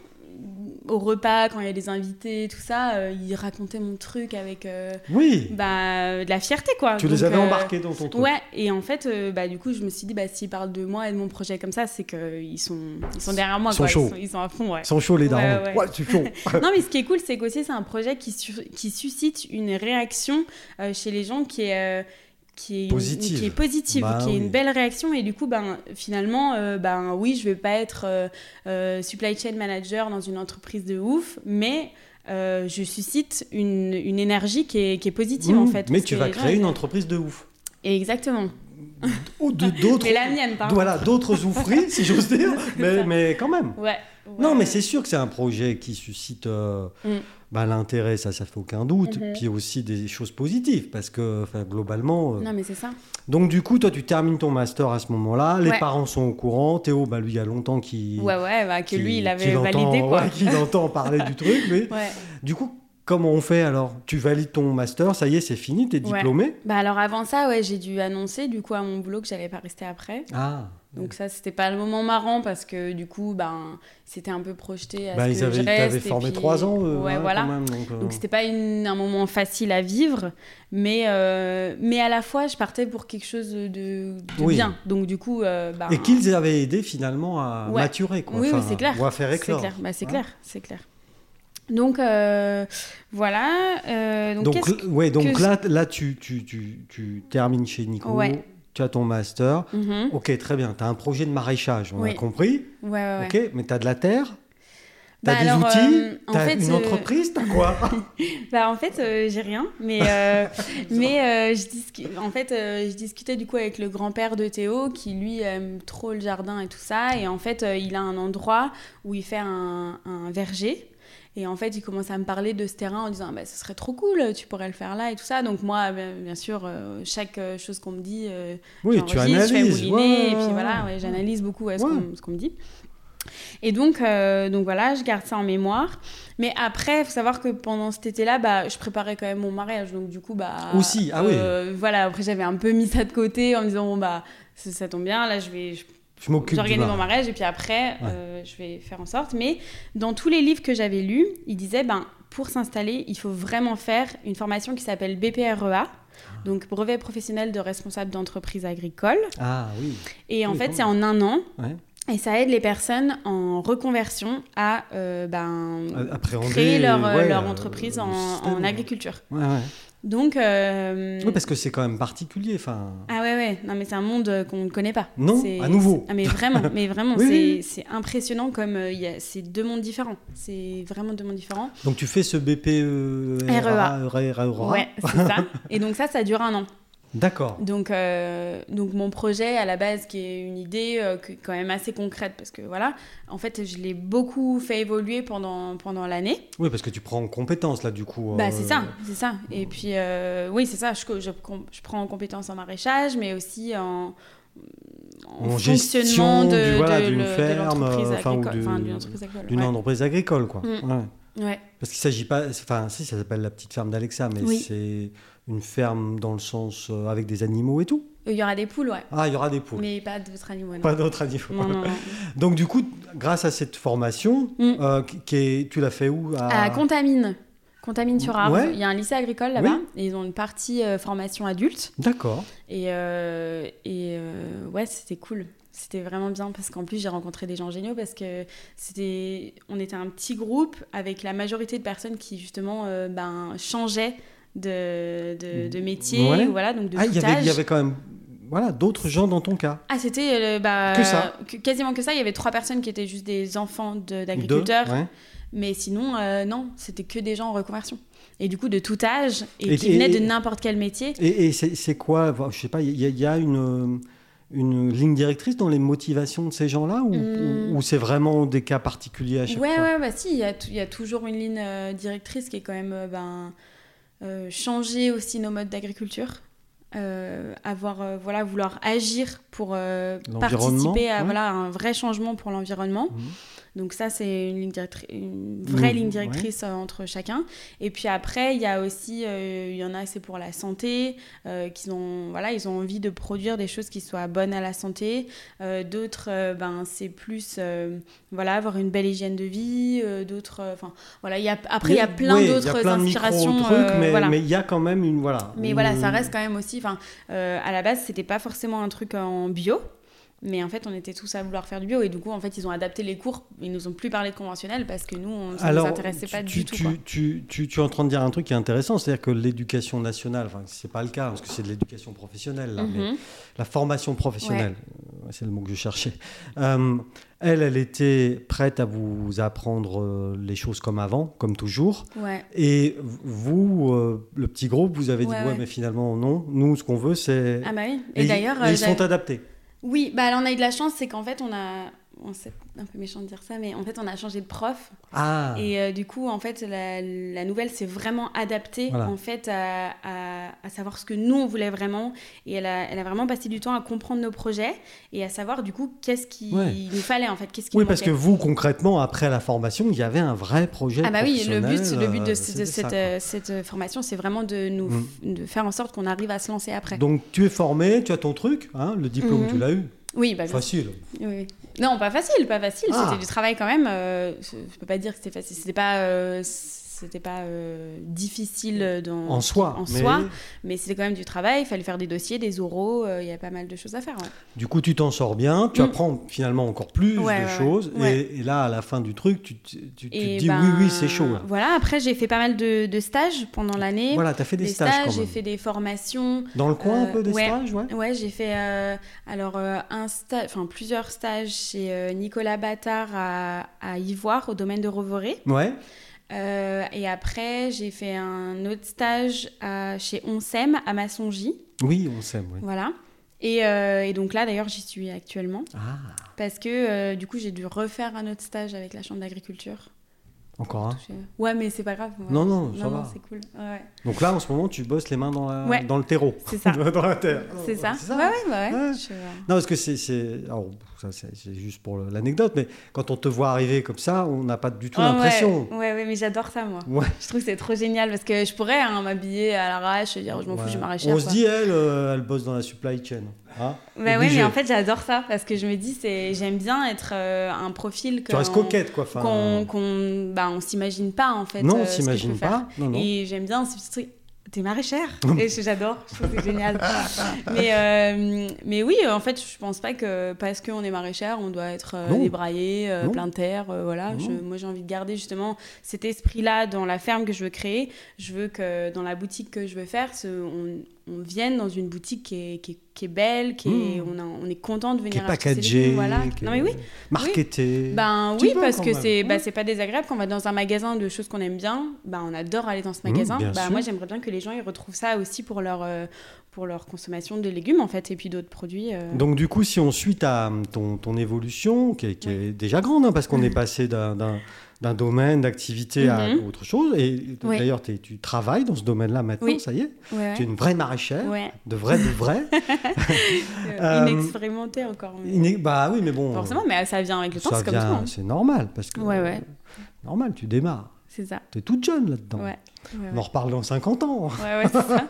au repas, quand il y a des invités, tout ça, euh, ils racontaient mon truc avec euh, Oui, bah, de la fierté, quoi. tu les Donc, avais euh, embarqués dans ton truc. Ouais, et en fait, euh, bah, du coup, je me suis dit, bah, s'ils parlent de moi et de mon projet comme ça, c'est qu'ils sont, ils sont derrière moi, Ils sont quoi. chauds. Ils, sont, ils sont à fond, ouais. Ils sont chauds les darons. Ouais, ouais. Ouais, c'est chaud. Non, mais ce qui est cool, c'est qu'aussi, c'est un projet qui, su- qui suscite une réaction euh, chez les gens qui est, euh, qui est Positive. qui est positive, Bah qui est oui. une belle réaction. Et du coup, ben, finalement, euh, ben, oui, je vais pas être euh, euh, supply chain manager dans une entreprise de ouf, mais euh, je suscite une, une énergie qui est, qui est positive, Mmh, en fait. mais parce tu que vas les gens, créer une ils- entreprise de ouf. Exactement. Ou de- d'autres. Mais la mienne, pardon. Voilà, d'autres oufries, si j'ose dire. Mais, ça. mais quand même. Ouais. Non, ouais. mais c'est sûr que c'est un projet qui suscite euh, Mm. bah, l'intérêt, ça, ça fait aucun doute. Mhm. Puis aussi des choses positives, parce que enfin, globalement. euh, Non, mais c'est ça. Donc du coup, toi, tu termines ton master à ce moment-là. Les Ouais. parents sont au courant. Théo, bah, lui, il y a longtemps qu'il. Ouais, ouais, bah, que qu'il- lui, il avait qu'il entend- validé, quoi. ouais, qu'il entend parler du truc. Mais Ouais. du coup, comment on fait alors? Tu valides ton master, ça y est, c'est fini, t'es Ouais. diplômé. Bah alors avant ça, ouais, j'ai dû annoncer du coup à mon boulot que j'allais pas rester après. Ah. Donc ça, c'était pas le moment marrant parce que du coup, ben, c'était un peu projeté à Bah, ce ils que avaient, je reste. t'avais et formé puis- trois ans, eux, ouais, hein, voilà. quand même. Donc, euh, Donc c'était pas une- un moment facile à vivre, mais, euh, mais à la fois, je partais pour quelque chose de, de Oui. bien. Donc du coup, euh, ben, Et qu'ils avaient aidé finalement à Ouais. maturer, quoi. Oui, oui, Enfin, c'est clair. Ou à faire c'est éclore. clair. Bah, c'est Hein. clair, c'est clair. Donc euh, voilà. euh, donc Donc, qu'est-ce l- ouais, donc que là, là tu, tu, tu, tu termines chez Nico, Ouais. tu as ton master. Mhm. Ok, très bien, tu as un projet de maraîchage, on Oui. a compris. Ouais, ouais, ouais. Ok, mais tu as de la terre, tu as Bah des alors, outils, euh, en tu as fait, une euh, entreprise, tu as quoi? Bah en fait euh, j'ai rien, mais euh, mais euh, je discu- en fait euh, je discutais du coup avec le grand-père de Théo qui lui aime trop le jardin et tout ça, et en fait euh, il a un endroit où il fait un, un verger. Et en fait, il commence à me parler de ce terrain en disant bah, « ce serait trop cool, tu pourrais le faire là » et tout ça. Donc moi, bien, bien sûr, euh, chaque euh, chose qu'on me dit, euh, Oui, tu j'enregistre, je fais analyses. mouliner, ouais, et puis ouais, voilà, ouais. ouais, j'analyse beaucoup ouais, ce Ouais. qu'on ce qu'on me dit. Et donc, euh, donc voilà, je garde ça en mémoire. Mais après, il faut savoir que pendant cet été-là, bah, je préparais quand même mon mariage. Donc du coup, bah, Aussi, ah oui. euh, voilà, après j'avais un peu mis ça de côté en me disant, bon, bah, ça, ça tombe bien, là, je vais... Je, Je m'occupe du J'organise mon mariage. mariage et puis après, euh, je vais faire en sorte. Mais dans tous les livres que j'avais lus, ils disaient, ben, pour s'installer, il faut vraiment faire une formation qui s'appelle B P R E A, donc brevet professionnel de responsable d'entreprise agricole. Ah oui. Et en Oui, fait, quand c'est même. en un an. Ouais. Et ça aide les personnes en reconversion à euh, ben, Appréhender, créer leur, euh, ouais, leur euh, entreprise le en, système, en ouais. agriculture. Ouais, ouais. Donc, euh, Oui, parce que c'est quand même particulier. Enfin, ah ouais, ouais, non mais c'est un monde euh, qu'on ne connaît pas. Non, C'est- à nouveau. c'est- Ah mais vraiment, mais vraiment, Oui, c'est, oui. c'est impressionnant comme euh, il y a, c'est deux mondes différents. C'est vraiment deux mondes différents. donc tu fais ce B P E R E A. R E A. Ouais, c'est ça. Et donc ça, ça dure un an. D'accord. Donc, euh, donc mon projet à la base, qui est une idée euh, que- quand même assez concrète, parce que voilà, en fait, je l'ai beaucoup fait évoluer pendant, pendant l'année. Oui, parce que tu prends en compétence là, du coup. Bah euh, c'est ça, c'est ça. Et puis euh, oui, c'est ça. Je, je, je prends en compétence en maraîchage, mais aussi en, en, En fonctionnement gestion de, du- voilà, de, d'une le- de ferme, l'entreprise euh, enfin, ou agricole, de- enfin, d'une entreprise agricole. D'une ouais. entreprise agricole, quoi. Mm. Ouais. Ouais. Parce qu'il ne s'agit pas. Enfin, si, ça s'appelle la petite ferme d'Alexa, mais Oui. c'est une ferme dans le sens euh, avec des animaux et tout. Il y aura des poules, ouais. Ah, il y aura des poules. Mais pas d'autres animaux. Non. Pas d'autres animaux. Non, non, non. Donc, du coup, grâce à cette formation, Mm. euh, qui qui est, tu l'as fait où À Contamine. Contamine sur Arve. Ouais. Il y a un lycée agricole là-bas. Oui. Et ils ont une partie euh, formation adulte. D'accord. Et, euh, et euh, ouais, c'était cool. C'était vraiment bien parce qu'en plus, j'ai rencontré des gens géniaux parce que c'était, on était un petit groupe avec la majorité de personnes qui, justement, euh, ben, changeaient de, de, de métier. Ouais. Voilà, donc de Ah, tout il y avait, il âge. y avait quand même voilà, d'autres gens dans ton cas. Ah, c'était euh, bah, Que ça. que- quasiment que ça. Il y avait trois personnes qui étaient juste des enfants de- d'agriculteurs. Deux, ouais. Mais sinon, euh, non, c'était que des gens en reconversion. Et du coup, de tout âge, et, Et- qui et- venaient de et- n'importe quel métier. Et, et c'est c'est quoi, je sais pas, il y, a- il y a une, une ligne directrice dans les motivations de ces gens-là ou, Mmh. ou, ou c'est vraiment des cas particuliers à chaque Ouais, fois? ouais, bah si, il y a, t- il y a toujours une ligne euh, directrice qui est quand même euh, ben, euh, changer aussi nos modes d'agriculture. Euh, avoir, euh, voilà, vouloir agir pour euh, L'environnement, participer à ouais. voilà, un vrai changement pour l'environnement. Mhm. Donc ça, c'est une, ligne directri- une vraie Mmh, ligne directrice euh, entre chacun. Et puis après, il y a aussi, euh, il y en a, c'est pour la santé, euh, qu'ils ont, voilà, ils ont envie de produire des choses qui soient bonnes à la santé. Euh, d'autres, euh, ben, c'est plus, euh, voilà, avoir une belle hygiène de vie. Euh, d'autres, enfin, voilà, il y a, après, il y a plein Oui, il y a d'autres plein de inspirations. micro-trucs, euh, mais voilà. mais il y a quand même une... Voilà, Mais une- voilà, ça reste quand même aussi, enfin, euh, à la base, c'était pas forcément un truc en bio. Mais en fait, on était tous à vouloir faire du bio. Et du coup, en fait, ils ont adapté les cours. Ils nous ont plus parlé de conventionnel parce que nous, on, ça ne nous intéressait pas tu, du tout. tu, Quoi. Tu, tu, tu es en train de dire un truc qui est intéressant, c'est-à-dire que l'éducation nationale, enfin, c'est pas le cas, parce que c'est de l'éducation professionnelle, là, mais Mhm. la formation professionnelle, euh, c'est le mot que je cherchais, euh, elle, elle était prête à vous apprendre euh, les choses comme avant, comme toujours. Ouais. Et vous, euh, le petit groupe, vous avez dit, Ouais, ouais, ouais. mais finalement, non, nous, ce qu'on veut, c'est... Ah bah oui. Et, Et, d'ailleurs, et euh, ils sont j'avais- adaptés. oui, bah alors on a eu de la chance, c'est qu'en fait, on a, on c'est un peu méchant de dire ça, mais en fait, on a changé de prof. Ah, Et euh, du coup, en fait, la, la nouvelle s'est vraiment adaptée Voilà. en fait à, à, à savoir ce que nous on voulait vraiment. Et elle a, elle a vraiment passé du temps à comprendre nos projets et à savoir du coup qu'est-ce qu'il Ouais. nous fallait en fait, qu'est-ce qui oui, nous parce que manquait. vous, concrètement, après la formation, il y avait un vrai projet Ah bah oui, le but, professionnel, le but de, euh, ce- c'était de ça, cette, quoi. euh, cette formation, c'est vraiment de nous Mm. de faire en sorte qu'on arrive à se lancer après. Donc, tu es formé, tu as ton truc, hein, le diplôme, Mhm. tu l'as eu. Oui, bah bien Facile. sûr. Oui, oui. Non, pas facile, pas facile. Ah. C'était du travail quand même. euh, je je peux pas dire que c'était facile. C'était pas, euh, c'était pas euh, difficile dans, En soi. en mais soi, mais c'était quand même du travail. Il fallait faire des dossiers, des oraux. euh, Il y a pas mal de choses à faire. Ouais. du coup, tu t'en sors bien, tu Mm. apprends finalement encore plus Ouais, de ouais, choses. ouais. Et, et là, à la fin du truc, tu, tu, tu te Et dis ben, oui, oui, c'est chaud. Là. Voilà. Après, j'ai fait pas mal de, de stages pendant l'année. Voilà, tu as fait des, Des stages, stages, quand j'ai même. fait des formations. Dans le coin, un euh, peu des ouais. stages, ouais. Ouais, j'ai fait euh, alors euh, un sta- enfin plusieurs stages chez euh, Nicolas Battard à, à Ivoire, au domaine de Rovoré. Ouais. Euh, et après, j'ai fait un autre stage à- chez Onsem à Massongy. Oui, on s'aime, oui. Voilà. Et, euh, et donc là, d'ailleurs, j'y suis actuellement. Ah, Parce que euh, du coup, j'ai dû refaire un autre stage avec la Chambre d'agriculture. encore un. J'ai- Ouais, mais c'est pas grave. Ouais. Non, non, ça va. c'est cool. Ouais, ouais. Donc là, en ce moment, tu bosses les mains dans, la, Ouais. dans le terreau. C'est ça. Dans la terre. C'est ça. C'est ça. Ouais, ouais, bah ouais. Ouais. Je- Non, parce que c'est... c'est- alors, ça, c'est c'est juste pour l'anecdote, mais quand on te voit arriver comme ça, on n'a pas du tout Ah, l'impression. Ouais, ouais, ouais, mais j'adore ça, moi. Ouais. Je trouve que c'est trop génial parce que je pourrais hein, m'habiller à l'arrache, dire je m'en fous, Ouais. je vais maraîchère. On se dit, elle, euh, elle bosse dans la supply chain. Hein. Bah ouais, Obligé. mais en fait, j'adore ça parce que je me dis, c'est j'aime bien être euh, un profil que Tu restes on- coquette, quoi. Enfin, qu'on qu'on bah, on s'imagine pas en fait. non, euh, on ce que je s'imagine peux faire. pas. Non, non. Et j'aime bien ce petit truc. T'es maraîchère et je- j'adore, je trouve que c'est génial. mais, euh, mais oui, en fait, je pense pas que parce qu'on est maraîchère, on doit être euh, Non. débraillé, euh, Non. plein de terre. euh, voilà. Non. Je- moi, j'ai envie de garder justement cet esprit-là dans la ferme que je veux créer. Je veux que dans la boutique que je veux faire, ce- on, on vienne dans une boutique qui est, qui est, qui est belle, qui est, Mmh. on, a- on est content de Qui venir est acheter ses packagé. légumes, voilà. qui Non est mais oui. Marketé. Ben Tu oui, peux, parce quand que même. c'est bah, Ouais. c'est pas désagréable quand on va dans un magasin de choses qu'on aime bien. Ben on adore aller dans ce Mmh, magasin. bien bah, sûr. moi, j'aimerais bien que les gens ils retrouvent ça aussi pour leur, euh, pour leur consommation de légumes en fait et puis d'autres produits. euh. Donc du coup, si on suit ta, ton, ton évolution, qui est, qui est déjà grande, hein, parce qu'on est passé d'un, d'un, d'un domaine d'activité à Mhm. autre chose, et Oui. d'ailleurs t'es- tu travailles dans ce domaine-là maintenant, Oui. ça y est, Ouais, ouais. tu es une vraie maraîchère, Ouais. de vrai, de vrai. Euh, Euh, Inexpérimenté encore. mais- Iné- bah oui, mais bon, Forcément, mais ça vient avec le temps, ça c'est comme vient- tout. hein. c'est normal, parce que Ouais, ouais. normal, tu démarres, C'est ça. tu es toute jeune là-dedans. Ouais. Ouais, On en ouais. reparle dans cinquante ans. Ouais, ouais, c'est ça.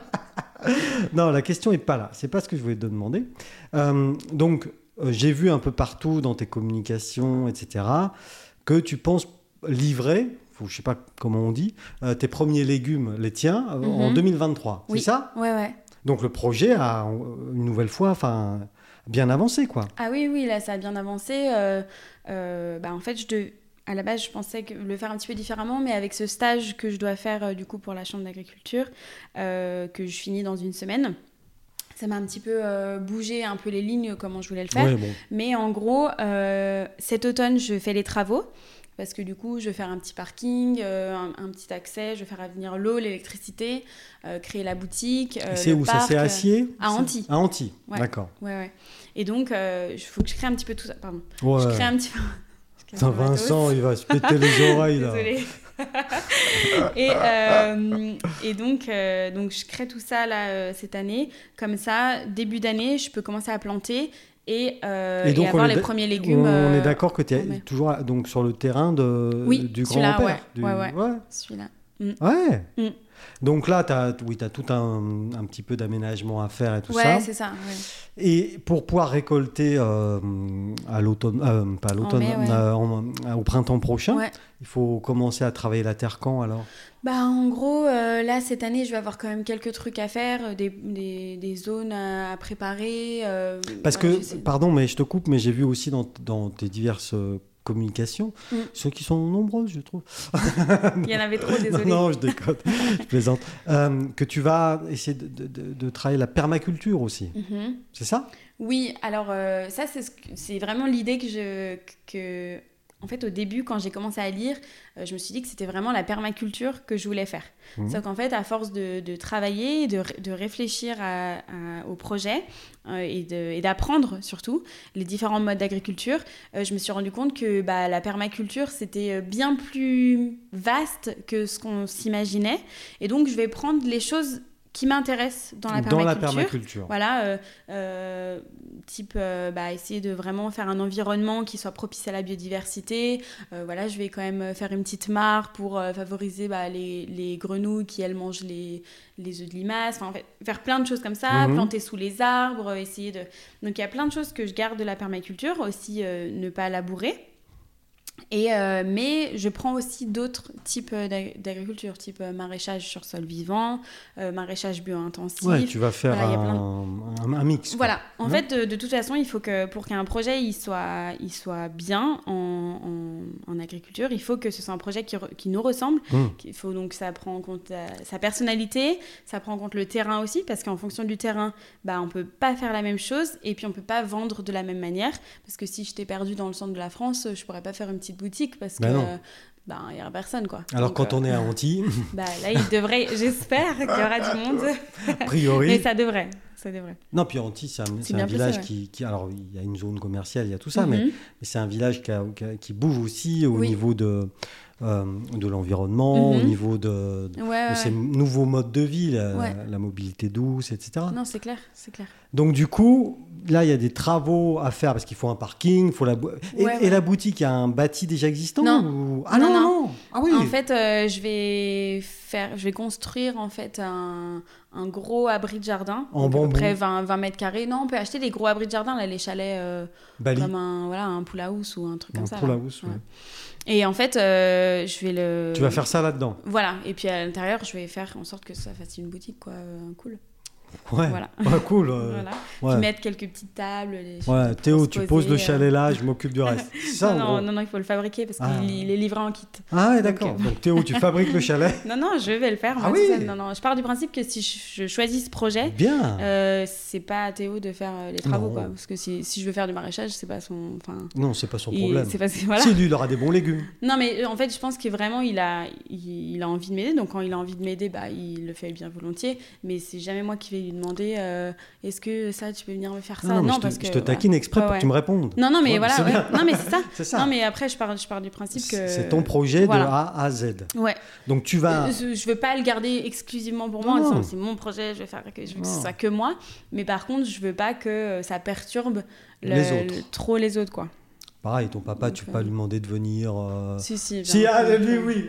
Non, la question n'est pas là. C'est pas ce que je voulais te demander. Euh, donc, euh, j'ai vu un peu partout dans tes communications, et cetera, que tu penses livrer, ou je sais pas comment on dit, euh, tes premiers légumes, les tiens, euh, en Mhm. deux mille vingt-trois. Oui. C'est ça? Ouais, ouais. Donc, le projet a euh, une nouvelle fois, enfin, bien avancé, quoi. Ah oui, oui, là, ça a bien avancé. Euh, euh, bah, en fait, je dev- à la base, je pensais que le faire un petit peu différemment, mais avec ce stage que je dois faire euh, du coup pour la Chambre d'agriculture, euh, que je finis dans une semaine, ça m'a un petit peu euh, bougé un peu les lignes, comment je voulais le faire. Ouais, bon. Mais en gros, euh, cet automne, je fais les travaux. parce que du coup, je vais faire un petit parking, euh, un, un petit accès, je vais faire venir l'eau, l'électricité, euh, créer la boutique. Euh, c'est où parc, ça? C'est à Acier? À Antilles. À Antilles, ouais. D'accord. Ouais, ouais. Et donc, il euh, faut que je crée un petit peu tout ça. Pardon. Ouais. Je crée un petit peu. Putain, Vincent, il va se péter les oreilles là. Désolée. et, euh, et donc, euh, donc, je crée tout ça là, euh, cette année. Comme ça, début d'année, je peux commencer à planter et, euh, et, donc et avoir les premiers légumes. On euh, est d'accord que tu es toujours donc, sur le terrain de, oui, du grand-père. Ouais, du... ouais, ouais, ouais. Celui-là. Mm. Ouais. Mm. Donc là, tu as, oui, tu as tout un, un petit peu d'aménagement à faire et tout ouais, ça. Ouais, c'est ça. Ouais. Et pour pouvoir récolter euh, à l'automne, euh, pas à l'automne, mai, ouais. euh, en, au printemps prochain, ouais. il faut commencer à travailler la terre quand alors? Bah, en gros, euh, là, cette année, je vais avoir quand même quelques trucs à faire, des, des, des zones à, à préparer. Euh, Parce voilà, que, pardon, mais je te coupe, mais j'ai vu aussi dans, dans tes diverses communications, mm. ceux qui sont nombreuses, je trouve. Il y en avait trop, désolé. Non, non, je déconne, je plaisante. Euh, que tu vas essayer de, de, de, de travailler la permaculture aussi. Mm-hmm. C'est ça? Oui, alors euh, ça, c'est, ce que, c'est vraiment l'idée que je... Que... En fait, au début, quand j'ai commencé à lire, euh, je me suis dit que c'était vraiment la permaculture que je voulais faire. Mmh. Sauf qu'en fait, à force de, de travailler, de, de réfléchir à, à, au projet euh, et, de, et d'apprendre surtout les différents modes d'agriculture, euh, je me suis rendu compte que bah, la permaculture, c'était bien plus vaste que ce qu'on s'imaginait. Et donc, je vais prendre les choses qui m'intéresse dans la permaculture. Dans la permaculture. Voilà, euh, euh, type euh, bah, essayer de vraiment faire un environnement qui soit propice à la biodiversité. Euh, voilà, je vais quand même faire une petite mare pour euh, favoriser bah, les, les grenouilles qui, elles, mangent les, les œufs de limace. Enfin, en fait, faire plein de choses comme ça, mm-hmm. planter sous les arbres, essayer de... Donc, il y a plein de choses que je garde de la permaculture. Aussi, euh, ne pas labourer. Et euh, mais je prends aussi d'autres types d'agriculture, type euh, maraîchage sur sol vivant, euh, maraîchage bio-intensif. Ouais, tu vas faire voilà, un, un, un mix. Quoi. Voilà. En ouais. fait, de, de toute façon, il faut que pour qu'un projet il soit, il soit bien en, en, en agriculture, il faut que ce soit un projet qui, qui nous ressemble. Mmh. Il faut donc ça prend en compte euh, sa personnalité, ça prend en compte le terrain aussi, parce qu'en fonction du terrain, bah, on peut pas faire la même chose et puis on peut pas vendre de la même manière. Parce que si j'étais perdue dans le centre de la France, je pourrais pas faire une petite boutique parce que ben ben il y aura personne quoi. Alors donc, quand euh, on est à Antilles, bah là il devrait, j'espère qu'il y aura du monde. A priori. Mais ça devrait, ça devrait. Non puis Antilles c'est un, c'est c'est un village possible, qui, qui, alors il y a une zone commerciale, il y a tout ça, mm-hmm. mais, mais c'est un village qui, a, qui bouge aussi au oui. niveau de euh, de l'environnement, mm-hmm. au niveau de, de, ouais, de ouais. ces nouveaux modes de vie, la, ouais. la mobilité douce, et cetera. Non c'est clair, c'est clair. Donc du coup, là il y a des travaux à faire parce qu'il faut un parking, il faut la bo- et, ouais, et ouais. la boutique, il y a un bâti déjà existant non. ou... Ah non, non, non, non. Ah oui. En fait, euh, je vais faire, je vais construire en fait un, un gros abri de jardin, en donc à bambou. peu près vingt, vingt mètres carrés. Non, on peut acheter des gros abris de jardin là, les chalets euh, comme un voilà un pool house ou un truc comme un ça. Un pool là. house, ouais. ouais. Et en fait, euh, je vais le. Tu vas faire ça là-dedans. Voilà. Et puis à l'intérieur, je vais faire en sorte que ça fasse une boutique, quoi, euh, cool. Ouais. Voilà. Ouais, cool. Euh, voilà. Ouais. Puis mettre quelques petites tables. Les ouais. Théo, tu poses le chalet euh... là, je m'occupe du reste. Ça, non, non, non, non, il faut le fabriquer parce ah. qu'il il est livré en kit. Ah ouais, d'accord. Donc, euh... Donc Théo, tu fabriques le chalet. Non, non, je vais le faire. Ah oui. Non, non, je pars du principe que si je, je choisis ce projet, bien. Euh, c'est pas à Théo de faire les travaux, non. quoi. Parce que si, si je veux faire du maraîchage, c'est pas son. Non, c'est pas son problème. C'est pas, voilà. Si lui, il aura des bons légumes. Non, mais en fait, je pense que vraiment, il a, il, il a envie de m'aider. Donc, quand il a envie de m'aider, bah, il le fait bien volontiers. Mais c'est jamais moi qui vais lui demander. Euh, est-ce que ça tu peux venir me faire ça? Non, non, non je parce te, que je te taquine ouais. exprès ouais, pour ouais. que tu me répondes. Non non mais ouais, voilà c'est ouais. non mais c'est ça. c'est ça. Non mais après je pars je pars du principe que c'est ton projet voilà. de A à Z. Ouais. Donc tu vas je, je veux pas le garder exclusivement pour moi en disant c'est mon projet, je vais faire que je veux que ce soit que moi, mais par contre, je veux pas que ça perturbe le, les autres. Le, trop les autres quoi. Pareil, ton papa, donc, tu peux euh... pas lui demander de venir. Euh... Si, si. Si, ah, lui, oui.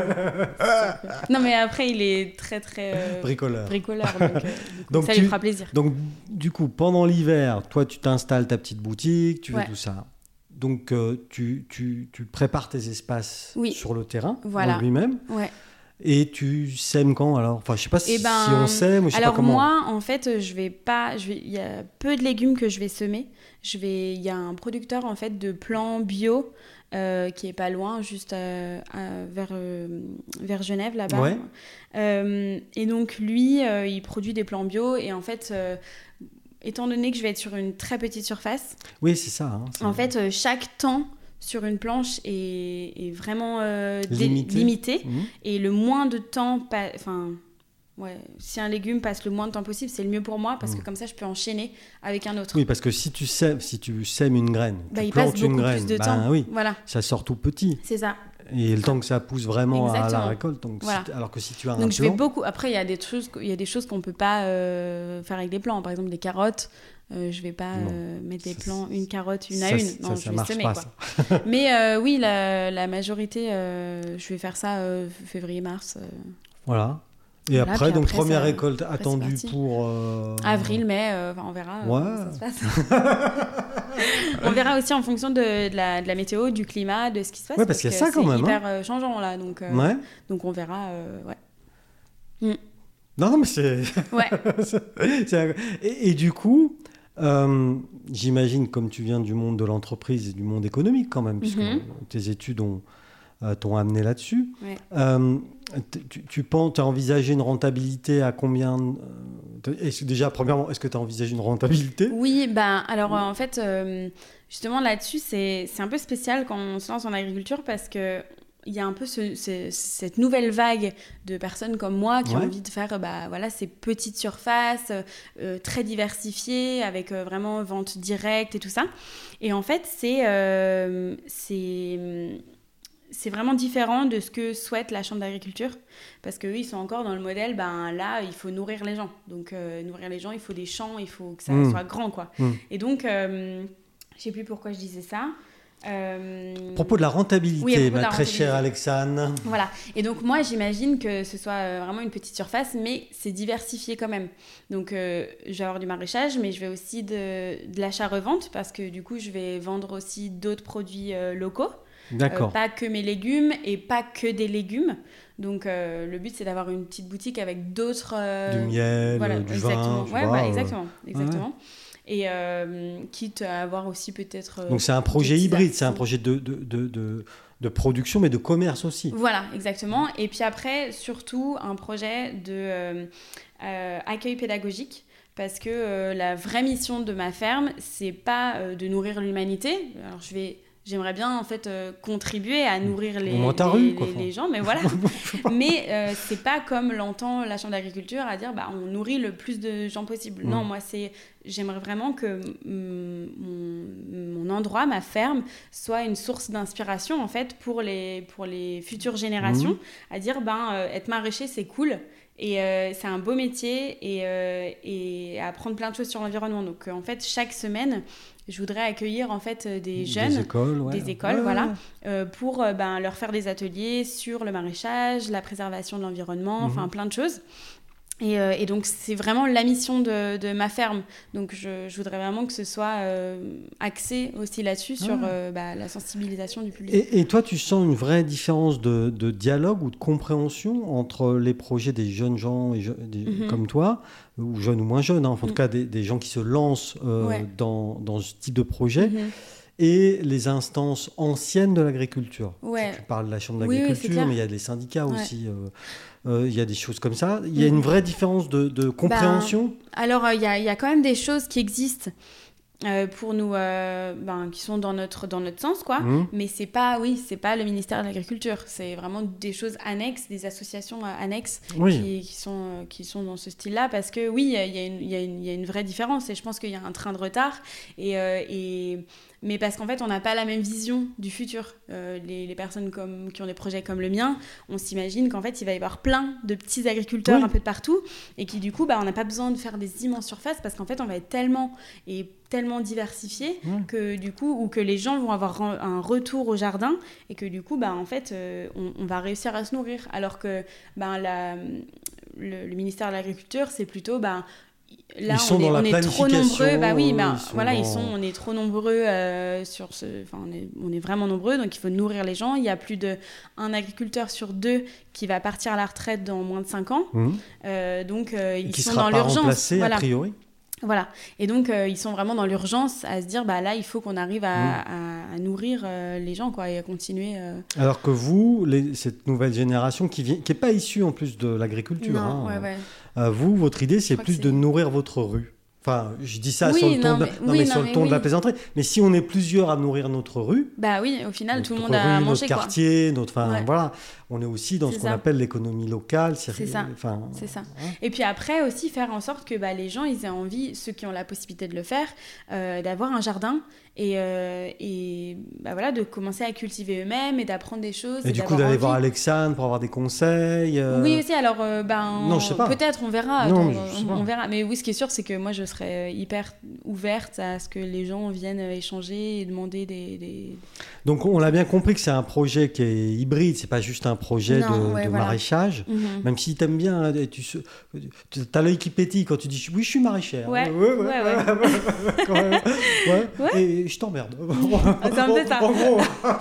Non, mais après, il est très, très. Euh, bricoleur. Bricoleur, donc, euh, donc ça tu... lui fera plaisir. Donc, du coup, pendant l'hiver, toi, tu t'installes ta petite boutique, tu fais ouais. tout ça. Donc, euh, tu, tu, tu prépares tes espaces oui. sur le terrain, voilà. en lui-même. Ouais. Et tu sèmes quand alors? Enfin, je sais pas si, ben, si on sème ou je sais alors pas comment. moi, en fait, je vais pas. Je vais. Il y a peu de légumes que je vais semer. Je vais. Il y a un producteur en fait de plants bio euh, qui est pas loin, juste euh, à, vers euh, vers Genève là-bas. Ouais. Euh, et donc lui, euh, il produit des plants bio et en fait. Euh, Étant donné que je vais être sur une très petite surface, oui, c'est ça. Hein, c'est... En fait, euh, chaque temps sur une planche est, est vraiment euh, limité, dé- limité mmh. et le moins de temps, pa- enfin, ouais, si un légume passe le moins de temps possible, c'est le mieux pour moi parce mmh. que comme ça, je peux enchaîner avec un autre. Oui, parce que si tu sèmes, si tu sèmes une graine, bah, tu il plantes passe beaucoup une graine, plus de ben, temps. Oui, voilà. Ça sort tout petit. C'est ça. Et le temps que ça pousse vraiment Exactement. à la récolte. Donc voilà. si, alors que si tu as donc un je plant... vais beaucoup. Après, il y a des choses, il y a des choses qu'on peut pas euh, faire avec des plants. Par exemple, des carottes. Euh, je vais pas euh, mettre des ça, plants une carotte une ça, à une. Ça, non, ça, je ça vais marche semer. Pas, Quoi. Ça. Mais euh, oui, la, la majorité, euh, je vais faire ça euh, février-mars. Euh... Voilà. Et voilà, après, donc après, première ça, récolte attendue pour... Euh... Avril, mai, euh, on verra ouais. euh, comment ça se passe. On verra aussi en fonction de, de, la, de la météo, du climat, de ce qui se passe. Ouais, parce, parce qu'il y a ça quand même. C'est hyper hein. euh, changeant là, donc, euh, ouais. donc on verra. Euh, ouais. Mm. Non, non, mais c'est... Ouais. c'est... Et, et du coup, euh, j'imagine, comme tu viens du monde de l'entreprise et du monde économique quand même, puisque mm-hmm. tes études ont, euh, t'ont amené là-dessus, ouais. euh, tu, tu penses, tu as envisagé une rentabilité à combien euh, est-ce, déjà, premièrement, est-ce que tu as envisagé une rentabilité ? Oui, ben, alors euh, en fait, euh, justement là-dessus, c'est, c'est un peu spécial quand on se lance en agriculture parce que il y a un peu ce, ce, cette nouvelle vague de personnes comme moi qui ouais. ont envie de faire bah, voilà, ces petites surfaces euh, très diversifiées avec euh, vraiment vente directe et tout ça. Et en fait, c'est, euh, c'est, c'est vraiment différent de ce que souhaite la Chambre d'agriculture parce qu'eux, ils sont encore dans le modèle, ben, là, il faut nourrir les gens. Donc, euh, nourrir les gens, il faut des champs, il faut que ça mmh. soit grand, quoi. Mmh. Et donc, euh, je ne sais plus pourquoi je disais ça. Euh... À propos de la rentabilité, oui, ma très rentabilité. Chère Alexandre. Voilà. Et donc, moi, j'imagine que ce soit vraiment une petite surface, mais c'est diversifié quand même. Donc, euh, je vais avoir du maraîchage, mais je vais aussi de, de l'achat-revente parce que du coup, je vais vendre aussi d'autres produits euh, locaux. D'accord. Euh, pas que mes légumes et pas que des légumes. Donc, euh, le but, c'est d'avoir une petite boutique avec d'autres... Euh... Du miel, voilà, du exactement. vin. Ouais, vois, voilà, euh... exactement. exactement. Ouais. Et euh, quitte à avoir aussi peut-être... Euh, Donc c'est un projet hybride, c'est un projet de, de, de, de, de production, mais de commerce aussi. Voilà, exactement. Et puis après, surtout, un projet de euh, euh, accueil pédagogique. Parce que euh, la vraie mission de ma ferme, c'est pas euh, de nourrir l'humanité. Alors je vais... J'aimerais bien en fait euh, contribuer à nourrir les, les, rue, les, les gens, mais voilà. mais euh, c'est pas comme l'entend la Chambre d'agriculture à dire bah on nourrit le plus de gens possible. Mmh. Non, moi c'est j'aimerais vraiment que m- mon, mon endroit, ma ferme, soit une source d'inspiration en fait pour les pour les futures générations, mmh. à dire ben euh, être maraîcher c'est cool. Et euh, c'est un beau métier et, euh, et apprendre plein de choses sur l'environnement. Donc, euh, en fait, chaque semaine, je voudrais accueillir en fait, des jeunes, des écoles, ouais. des écoles ouais, voilà, ouais. Euh, pour euh, ben, leur faire des ateliers sur le maraîchage, la préservation de l'environnement, mmh. enfin plein de choses. Et, euh, et donc, c'est vraiment la mission de, de ma ferme. Donc, je, je voudrais vraiment que ce soit euh, axé aussi là-dessus, sur ah. euh, bah, la sensibilisation du public. Et, et toi, tu sens une vraie différence de, de dialogue ou de compréhension entre les projets des jeunes gens et je, des, mm-hmm. comme toi, ou jeunes ou moins jeunes, hein, en tout mm. cas des, des gens qui se lancent euh, ouais. dans, dans ce type de projet, mm-hmm. et les instances anciennes de l'agriculture. Ouais. Tu, tu parles de la Chambre d'agriculture, oui, oui, mais il y a des syndicats ouais. aussi. Euh, il euh, y a des choses comme ça. Il y a une vraie différence de, de compréhension ben, Alors, il euh, y, y a quand même des choses qui existent euh, pour nous, euh, ben, qui sont dans notre, dans notre sens, quoi. Mmh. Mais c'est pas, oui, c'est pas le ministère de l'Agriculture. C'est vraiment des choses annexes, des associations euh, annexes oui. qui, qui, sont, euh, qui sont dans ce style-là. Parce que, oui, il y a, y, a y, a y a une vraie différence. Et je pense qu'il y a un train de retard. Et... Euh, et mais parce qu'en fait, on n'a pas la même vision du futur. Euh, les, les personnes comme, qui ont des projets comme le mien, on s'imagine qu'en fait, il va y avoir plein de petits agriculteurs oui. un peu de partout et qui, du coup, bah, on n'a pas besoin de faire des immenses surfaces parce qu'en fait, on va être tellement et tellement diversifié oui. que, du coup, ou que les gens vont avoir un retour au jardin et que, du coup, bah, en fait, euh, on, on va réussir à se nourrir. Alors que bah, la, le, le ministère de l'Agriculture, c'est plutôt... Bah, là, ils sont on est, dans la on est trop nombreux. Bah oui, bah, ils voilà, dans... ils sont, on est trop nombreux euh, sur ce. Enfin, on est, on est vraiment nombreux, donc il faut nourrir les gens. Il y a plus de un agriculteur sur deux qui va partir à la retraite dans moins de cinq ans. Mmh. Euh, donc euh, ils qui sont sera dans pas l'urgence. Remplacé, voilà. A priori. Voilà. Et donc, euh, ils sont vraiment dans l'urgence à se dire, bah là, il faut qu'on arrive à, mmh. à, à nourrir euh, les gens, quoi, et à continuer. Euh... Alors que vous, les, cette nouvelle génération qui vient, qui n'est pas issue en plus de l'agriculture, non, hein, ouais, ouais. Euh, vous, votre idée, c'est plus de nourrir votre rue. Enfin, je dis ça Oui, sur le ton, non, de, mais- non, oui, mais non, sur le mais ton de la oui. plaisanterie. Mais si on est plusieurs à nourrir notre rue, Bah oui, au final, notre tout le monde a rue, mangé, notre quoi. quartier, notre, enfin, Ouais. voilà, on est aussi dans C'est ce qu'on ça. appelle l'économie locale. C'est ça. Enfin, C'est ça. hein. Et puis après aussi faire en sorte que bah, les gens ils aient envie, ceux qui ont la possibilité de le faire, euh, d'avoir un jardin et, euh, et bah, voilà, de commencer à cultiver eux-mêmes et d'apprendre des choses. Et du coup, d'avoir d'aller envie. voir Alexandre pour avoir des conseils. euh, Oui aussi, alors euh, ben, Non, je sais pas. peut-être on verra, Non, attends, mais je sais on, pas. on verra. Mais oui, ce qui est sûr, c'est que moi je serais hyper ouverte à ce que les gens viennent échanger et demander des... des... Donc, on l'a bien compris que c'est un projet qui est hybride, c'est pas juste un projet Non, de, ouais, de voilà. maraîchage. Mhm. Même si t'aimes bien, hein, tu, tu as l'œil qui pétille quand tu dis oui, je suis maraîchère. Ouais, ouais, ouais, ouais. quand même. Ouais. Ouais. Et je t'emmerde. C'est un peu ça. En gros,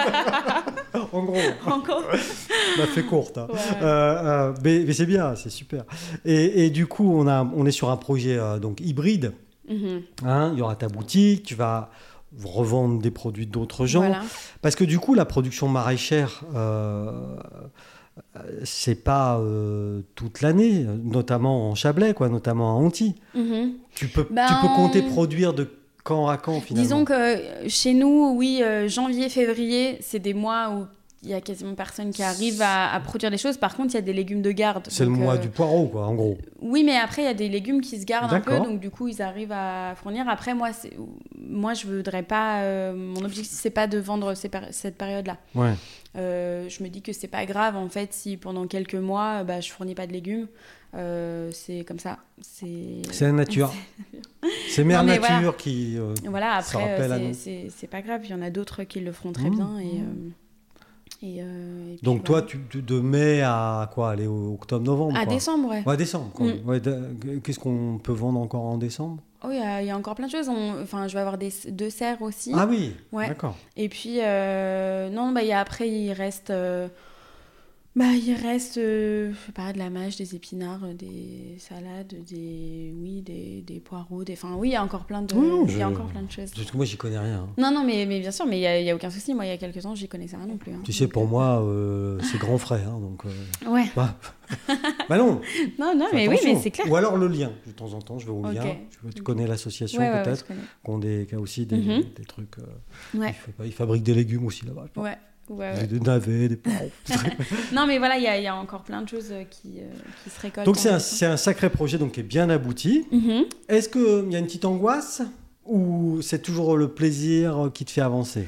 en gros, Encore m'a fait courte. Hein. Ouais. Euh, euh, mais mais c'est bien, c'est super. Et, et du coup, on, a, on est sur un projet euh, donc hybride. Mhm. Hein, il y aura ta boutique, tu vas revendre des produits d'autres gens. Voilà. Parce que du coup, la production maraîchère, euh, c'est pas euh, toute l'année, notamment en Chablais, quoi, notamment à Antilles. Mhm. Tu peux, Ben, tu peux compter produire de quand à quand finalement. Disons que euh, chez nous, oui, euh, janvier, février, c'est des mois où il y a quasiment personne qui arrive à, à produire des choses. Par contre, il y a des légumes de garde. C'est le Donc, mois euh, du poireau, quoi, en gros. Oui, mais après, il y a des légumes qui se gardent un peu, D'accord. donc du coup, ils arrivent à fournir. Après, moi, c'est... moi je voudrais pas... euh, Mon objectif, c'est pas de vendre ces péri- cette période-là. Ouais. Euh, je me dis que c'est pas grave, en fait, si pendant quelques mois, bah, je fournis pas de légumes. Euh, c'est comme ça. C'est, C'est la nature. C'est Mère Non, mais Nature voilà. qui. euh, Voilà, Ça après, rappelle à euh, nous. c'est, c'est, c'est pas grave. Il y en a d'autres qui le feront très Mmh. bien. Et, euh, et, euh, et puis, Donc, voilà. toi, tu, tu- de mai à quoi aller au octobre-novembre À quoi. décembre, ouais. Ouais, décembre. Quoi. Mm. Ouais, de- Qu'est-ce qu'on peut vendre encore en décembre? Oh, il y, a- il y a encore plein de choses. On- Enfin, je vais avoir des, deux serres aussi. Ah oui, Ouais. d'accord. Et puis, euh, non, bah, il y a, après, il reste, euh, bah, il reste euh, je sais pas, de la mâche, des épinards, euh, des salades, des, oui, des, des poireaux. Des... Enfin, oui, il y a encore plein de, Oui, non, il y je- a encore plein de choses. Parce que moi, j'y connais rien. hein. Non, non, mais, mais bien sûr, mais il n'y a, il y a aucun souci. Moi, il y a quelques ans, j'y connaissais rien non plus. hein. Tu sais, Donc, pour euh, moi, euh, c'est grand frère. hein, donc, euh, Ouais. bah, bah non. Non, non, fais mais oui, attention. mais c'est clair. Ou alors le lien. De temps en temps, je vais au Ok. lien. Tu, tu connais l'association Ouais, ouais, ouais, peut-être, je connais. qui, ont des, qui a aussi des, Mhm. des trucs. euh, Ouais. ils, fa- ils fabriquent des légumes aussi là-bas. je pense. Ouais. Ouais, Des, ouais. des navets, des poireaux. Non, mais voilà, il y, a- il y a encore plein de choses euh, qui, euh, qui se récoltent. Donc en c'est un, même temps. c'est un sacré projet donc, qui est bien abouti. Mhm. Est-ce qu'il y a une petite angoisse ou c'est toujours le plaisir qui te fait avancer?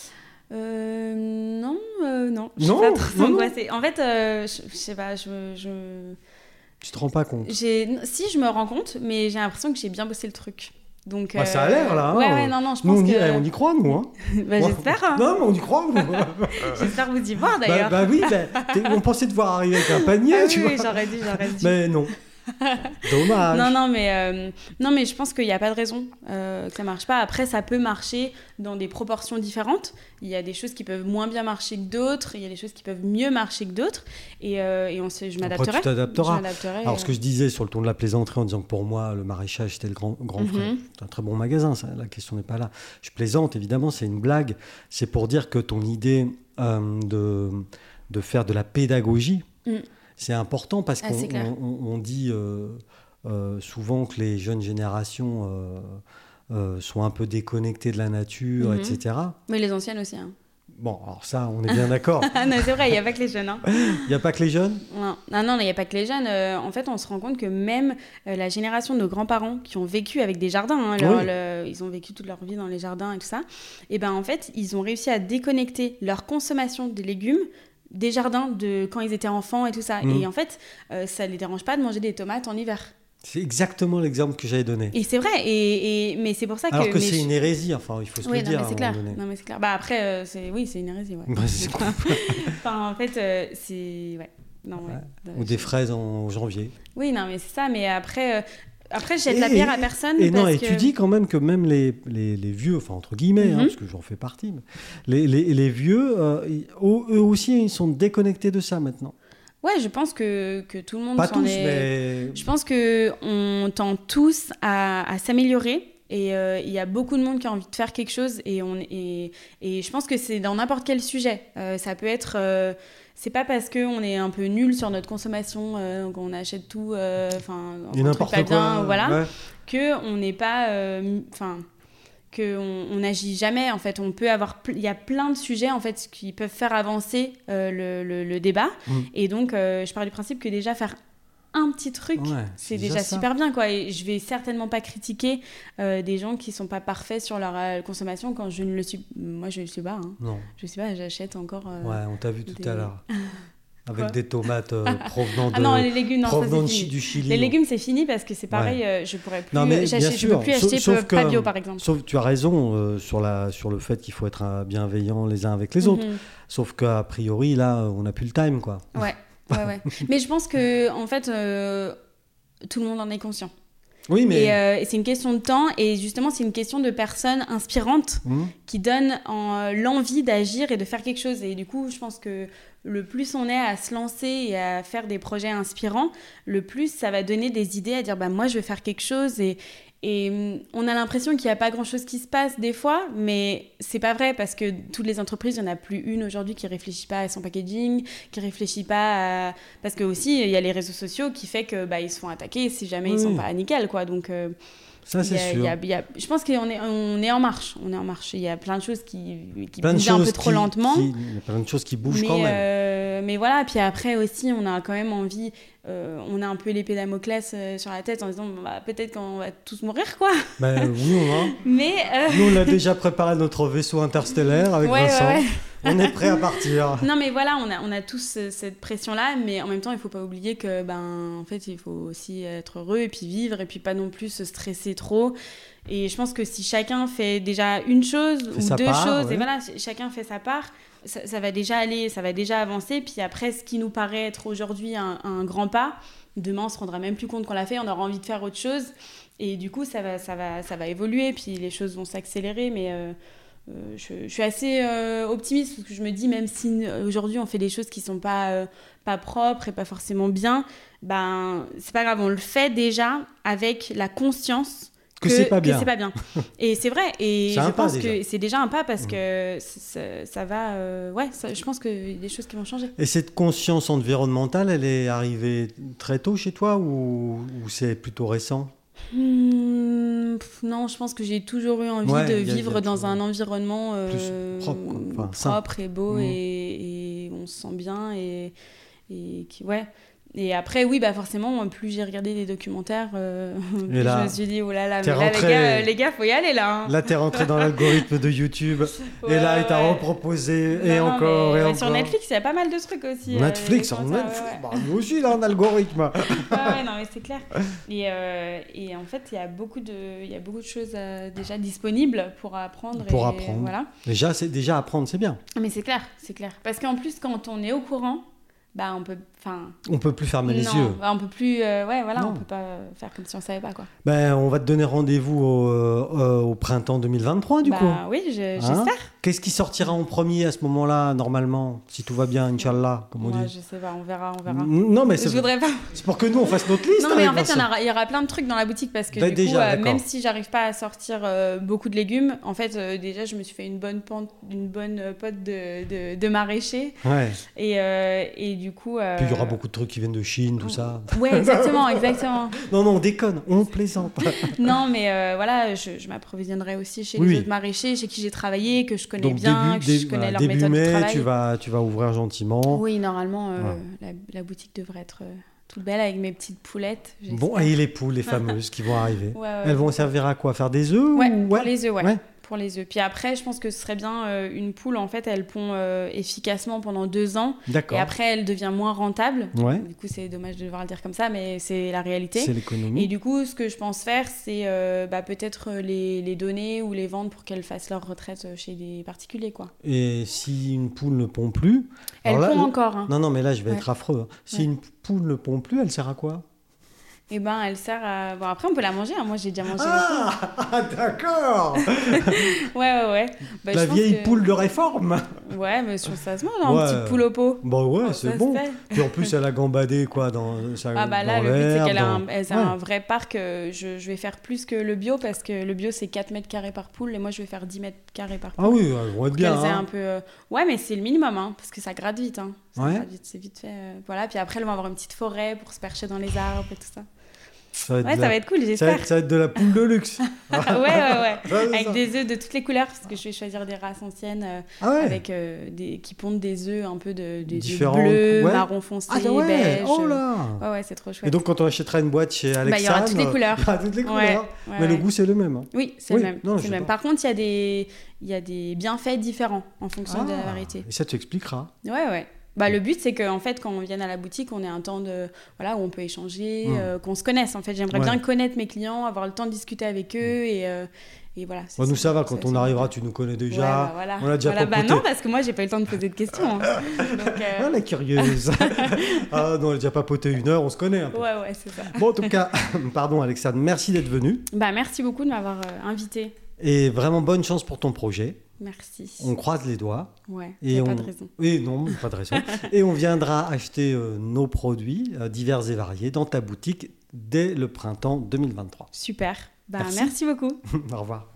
Euh, non, euh, non. Je Non, suis pas trop non, non. angoissée. En fait, euh, je, je sais pas, je, me- je, me- Tu te rends pas compte? j'ai, si je me rends compte, mais j'ai l'impression que j'ai bien bossé le truc. Donc, Bah, ça a l'air, là, hein. Ouais, ouais, non, non, je Nous, pense on y, que. eh, on y croit, nous. Hein. Bah, j'espère. hein. Non, mais on y croit, nous. J'espère vous y voir bah, d'ailleurs. bah oui, bah, t'es- on pensait te voir arriver avec un panier, Ah tu oui, oui, vois. j'aurais dû, j'aurais dû. Mais non. Dommage. Non, non, mais, euh, non, mais je pense qu'il n'y a pas de raison euh, que ça marche pas. Après, ça peut marcher dans des proportions différentes. Il y a des choses qui peuvent moins bien marcher que d'autres. Il y a des choses qui peuvent mieux marcher que d'autres. Et, euh, et on se, je m'adapterai. Après, tu t'adapteras. Je m'adapterai, Alors, euh. ce que je disais sur le ton de la plaisanterie en disant que pour moi, le maraîchage, c'était le grand, grand Mhm. frère. C'est un très bon magasin, ça, la question n'est pas là. Je plaisante, évidemment, c'est une blague. C'est pour dire que ton idée euh, de, de faire de la pédagogie, Mm. c'est important parce Ah, qu'on c'est clair. on, on dit euh, euh, souvent que les jeunes générations euh, euh, sont un peu déconnectées de la nature, Mhm. et cetera. Mais les anciennes aussi. Hein. Bon, alors ça, on est bien d'accord. Ah non, c'est vrai, il n'y a pas que les jeunes. Hein. Il n'y a pas que les jeunes? Non, non, non, il n'y a pas que les jeunes. Euh, en fait, on se rend compte que même euh, la génération de nos grands-parents qui ont vécu avec des jardins, hein, leur- Oui. le- ils ont vécu toute leur vie dans les jardins et tout ça, et ben en fait, ils ont réussi à déconnecter leur consommation des légumes des jardins de quand ils étaient enfants et tout ça. Mhm. Et en fait, euh, ça les dérange pas de manger des tomates en hiver. C'est exactement l'exemple que j'avais donné. Et c'est vrai. Et, et- mais c'est pour ça que. Alors que mais c'est je- une hérésie, enfin, il faut se Oui, le non, dire mais à c'est un clair. moment donné. Non, mais c'est clair. Bah après, euh, c'est oui, c'est une hérésie, ouais. Bah, c'est cool. Enfin, en fait, euh, c'est ouais. Non, ouais. Ouais. Ou des fraises en janvier. Oui, non, mais c'est ça. Mais après, euh, après, je jette Et- la pierre à personne. Et non, parce et que... tu dis quand même que même les, les, les vieux, enfin entre guillemets, hein, Mhm. parce que j'en fais partie, mais les, les, les vieux, euh, ils- eux aussi, ils sont déconnectés de ça maintenant. Ouais, je pense que, que tout le monde Pas s'en tous, est... mais... Je pense qu'on tend tous à, à s'améliorer Et il euh, y a beaucoup de monde qui a envie de faire quelque chose. Et, on, et, et je pense que c'est dans n'importe quel sujet. Euh, ça peut être... Euh, c'est pas parce qu'on est un peu nul sur notre consommation, euh, qu'on achète tout, enfin, euh, n'importe pas quoi, bien, voilà, ouais. qu'on n'est pas... Enfin... Euh, qu'on on n'agit jamais, en fait. On peut avoir... Il y a plein de sujets, en fait, qui peuvent faire avancer euh, le, le, le débat. Mmh. Et donc, euh, je pars du principe que déjà, faire un petit truc, ouais, c'est, c'est déjà, déjà super bien, quoi. Et je vais certainement pas critiquer euh, des gens qui sont pas parfaits sur leur euh, consommation quand je ne le suis... Moi, je ne le suis pas. Hein. Non. Je sais pas, j'achète encore... Euh, ouais, on t'a vu tout des... à l'heure. Avec des tomates euh, provenant, de, ah non, les légumes, non, provenant ça, du Chili. Les légumes, c'est fini parce que c'est pareil, ouais. euh, je pourrais plus, non, mais, j'achète, je peux plus acheter sauf pas bio, par exemple. Sauf, tu as raison euh, sur, la, sur le fait qu'il faut être bienveillant les uns avec les mm-hmm. autres. Sauf qu'a priori, là, on n'a plus le time, quoi. Ouais, ouais, ouais. Mais je pense que, en fait, euh, tout le monde en est conscient. Oui, mais... Et, euh, et c'est une question de temps, et justement, c'est une question de personnes inspirantes mmh. qui donnent en, l'envie d'agir et de faire quelque chose. Et du coup, je pense que le plus on est à se lancer et à faire des projets inspirants, le plus ça va donner des idées à dire bah, « moi, je veux faire quelque chose ». Et, et on a l'impression qu'il n'y a pas grand-chose qui se passe des fois, mais c'est pas vrai parce que toutes les entreprises, il n'y en a plus une aujourd'hui qui ne réfléchit pas à son packaging, qui ne réfléchit pas à... Parce que aussi, il y a les réseaux sociaux qui fait que bah, ils se font attaquer si jamais oui. ils ne sont pas nickel, quoi. Donc, euh, ça, c'est y a, sûr. Y a, y a... Je pense qu'on est, on est en marche. On est en marche. Il y a plein de choses qui, qui bougent un peu trop qui, lentement. Qui... Il y a plein de choses qui bougent mais, quand même. Euh, mais voilà, puis après aussi, on a quand même envie... Euh, on a un peu l'épée Damoclès euh, sur la tête en disant bah, peut-être qu'on va tous mourir, quoi. Ben oui, on va. Mais euh... Nous, on a déjà préparé notre vaisseau interstellaire avec ouais, Vincent. Ouais, ouais. On est prêt à partir. Non, mais voilà, on a, on a tous euh, cette pression-là, mais en même temps, il ne faut pas oublier que, ben, en fait, il faut aussi être heureux et puis vivre et puis pas non plus se stresser trop. Et je pense que si chacun fait déjà une chose fait ou deux part, choses, ouais. et voilà, chacun fait sa part, ça, ça va déjà aller, ça va déjà avancer. Puis après, ce qui nous paraît être aujourd'hui un, un grand pas, demain, on ne se rendra même plus compte qu'on l'a fait, on aura envie de faire autre chose. Et du coup, ça va, ça va, ça va évoluer, puis les choses vont s'accélérer, mais... Euh, Euh, je, je suis assez euh, optimiste parce que je me dis même si euh, aujourd'hui on fait des choses qui sont pas euh, pas propres et pas forcément bien, ben c'est pas grave, on le fait déjà avec la conscience que, que c'est pas bien. Que c'est pas bien. Et c'est vrai, et c'est je pense déjà. que c'est déjà un pas parce mmh. que ça, ça va euh, ouais, ça, je pense qu'il y a des choses qui vont changer. Et cette conscience environnementale, elle est arrivée très tôt chez toi ou, ou c'est plutôt récent? Mmh, pff, non, je pense que j'ai toujours eu envie ouais, de y a, vivre y a dans un environnement euh, propre, enfin, propre et beau mmh. et, et on se sent bien et, et qui, ouais. Et après, oui, bah forcément, plus j'ai regardé des documentaires, euh, plus là, je me suis dit, oh là là, mais là, rentré... les gars, les gars, faut y aller là. Hein. Là, t'es rentré dans l'algorithme de YouTube, ouais, et là, il t'a ouais. reproposé, non, et non, encore, mais, et ouais, encore. Sur Netflix, il y a pas mal de trucs aussi. Netflix, euh, on Netflix, ouais, ouais. Bah, nous aussi, là, en algorithme. ouais, ouais, non, mais c'est clair. Et, euh, et en fait, il y a beaucoup de, il y a beaucoup de choses euh, déjà disponibles pour apprendre. Pour et, apprendre. Voilà. Déjà, c'est, déjà, apprendre, c'est bien. Mais c'est clair, c'est clair. Parce qu'en plus, quand on est au courant, bah on peut enfin on peut plus fermer non, les yeux bah on peut plus euh, ouais voilà non. On peut pas faire comme si on savait pas quoi. Ben on va te donner rendez-vous au, euh, au printemps deux mille vingt-trois du bah, coup. Oui, je, hein j'espère. Qu'est-ce qui sortira en premier à ce moment-là normalement si tout va bien, Inch'Allah comme on Moi, dit. Je sais pas, on verra, on verra. Non mais c'est je voudrais pas. C'est pour que nous on fasse notre liste. Non mais en fait il y, aura, il y aura plein de trucs dans la boutique parce que bah, du déjà, coup euh, même si j'arrive pas à sortir euh, beaucoup de légumes, en fait euh, déjà je me suis fait une bonne pente, une bonne pote de de, de maraîchers. Ouais. Et euh, et du coup. Euh... Puis il y aura beaucoup de trucs qui viennent de Chine, tout ça. Ouais, exactement, exactement. Non, non, on déconne, on plaisante. Non, mais euh, voilà, je, je m'approvisionnerai aussi chez oui. les autres maraîchers, chez qui j'ai travaillé, que je connais donc, bien, début, que début, je connais voilà, leur méthode mai, de travail. Tu vas, tu vas ouvrir gentiment. Oui, normalement, euh, voilà. la, la boutique devrait être euh, toute belle avec mes petites poulettes. J'espère. Bon, et les poules, les fameuses qui vont arriver. Ouais, ouais, Elles vont servir à quoi? Faire des œufs? Ouais, ou... pour ouais. les œufs, ouais. ouais. Pour les œufs. Puis après, je pense que ce serait bien euh, une poule, en fait, elle pond euh, efficacement pendant deux ans. D'accord. Et après, elle devient moins rentable. Ouais. Du coup, c'est dommage de devoir le dire comme ça, mais c'est la réalité. C'est l'économie. Et du coup, ce que je pense faire, c'est euh, bah, peut-être les, les donner ou les vendre pour qu'elles fassent leur retraite chez des particuliers, quoi. Et si une poule ne pond plus... Elle là, pond le... encore. Hein. Non, non, mais là, je vais ouais. être affreux. Si ouais. une poule ne pond plus, elle sert à quoi? Eh ben, elle sert à... Bon, après, on peut la manger. Hein. Moi, j'ai déjà mangé Ah, ah d'accord. Ouais, ouais, ouais. Bah, La je pense vieille que- poule de réforme. Ouais, mais je trouve que ça se mange, hein, Ouais. un petit poule au pot. Bon, ouais, Oh, c'est ça se bon. fait. Puis en plus, elle a gambadé, quoi, dans, ça, Ah bah là, dans le but, c'est l'herbe, qu'elle a dans- un, elle a Ouais. un vrai parc. euh, Je, je vais faire plus que le bio, parce que le bio, c'est quatre mètres carrés par poule, et moi, je vais faire dix mètres carrés par poule. Ah oui, elles vont être Pour bien. qu'elles aient hein. un peu... euh, Ouais, mais c'est le minimum, hein, parce que ça gratte vite. Hein. Ça Ouais. gratte vite, c'est vite fait. euh, Voilà, puis après, elles vont avoir une petite forêt pour se percher dans les arbres et tout ça. Ça va être Ouais, de ça la- va être cool, ça va j'espère. être, ça va être de la poule de luxe. ouais, ouais, ouais. Ouais, c'est Avec ça. des œufs de toutes les couleurs, parce que je vais choisir des races anciennes euh, Ah ouais. avec, euh, des... qui pondent des œufs un peu de, des œufs Différentes, bleus, ouais. marron foncé, Ah ouais. beige. Oh là. Ouais, ouais, c'est trop chouette. Et donc, quand on achètera une boîte chez Alexandre, Bah, il y aura toutes les couleurs. il y aura toutes les Ouais, couleurs. ouais, Mais le ouais. goût, c'est le même. hein. Oui, c'est Oui, le même. non, je c'est sais le même. pas. Par contre, il y a des, il y a des bienfaits différents en fonction de la Ah, variété. Et ça, tu expliqueras. Ouais, ouais. Bah, le but, c'est qu'en fait, quand on vienne à la boutique, on ait un temps de, voilà, où on peut échanger, Mm. euh, qu'on se connaisse. En fait, j'aimerais Ouais. bien connaître mes clients, avoir le temps de discuter avec eux et, euh, et voilà. c'est Bon, nous, ça va. c'est- Quand c'est- on c'est- arrivera, tu nous connais Ouais, déjà. bah, voilà. On a déjà Voilà, bah papoté. non, parce que moi, j'ai pas eu le temps de poser de questions. hein. Donc, euh, Ah, la curieuse. Ah non, elle a déjà papoté une heure, on se connaît un peu. ouais, ouais, c'est ça. Bon, en tout cas, pardon Alexandre, merci d'être venu. Bah, merci beaucoup de m'avoir euh, invité. Et vraiment bonne chance pour ton projet. Merci. On croise les doigts. Ouais, Et y a on... pas de raison. Oui, non, pas de raison. Et on viendra acheter euh, nos produits euh, divers et variés dans ta boutique dès le printemps deux mille vingt-trois. Super. Bah, Merci. merci beaucoup. Au revoir.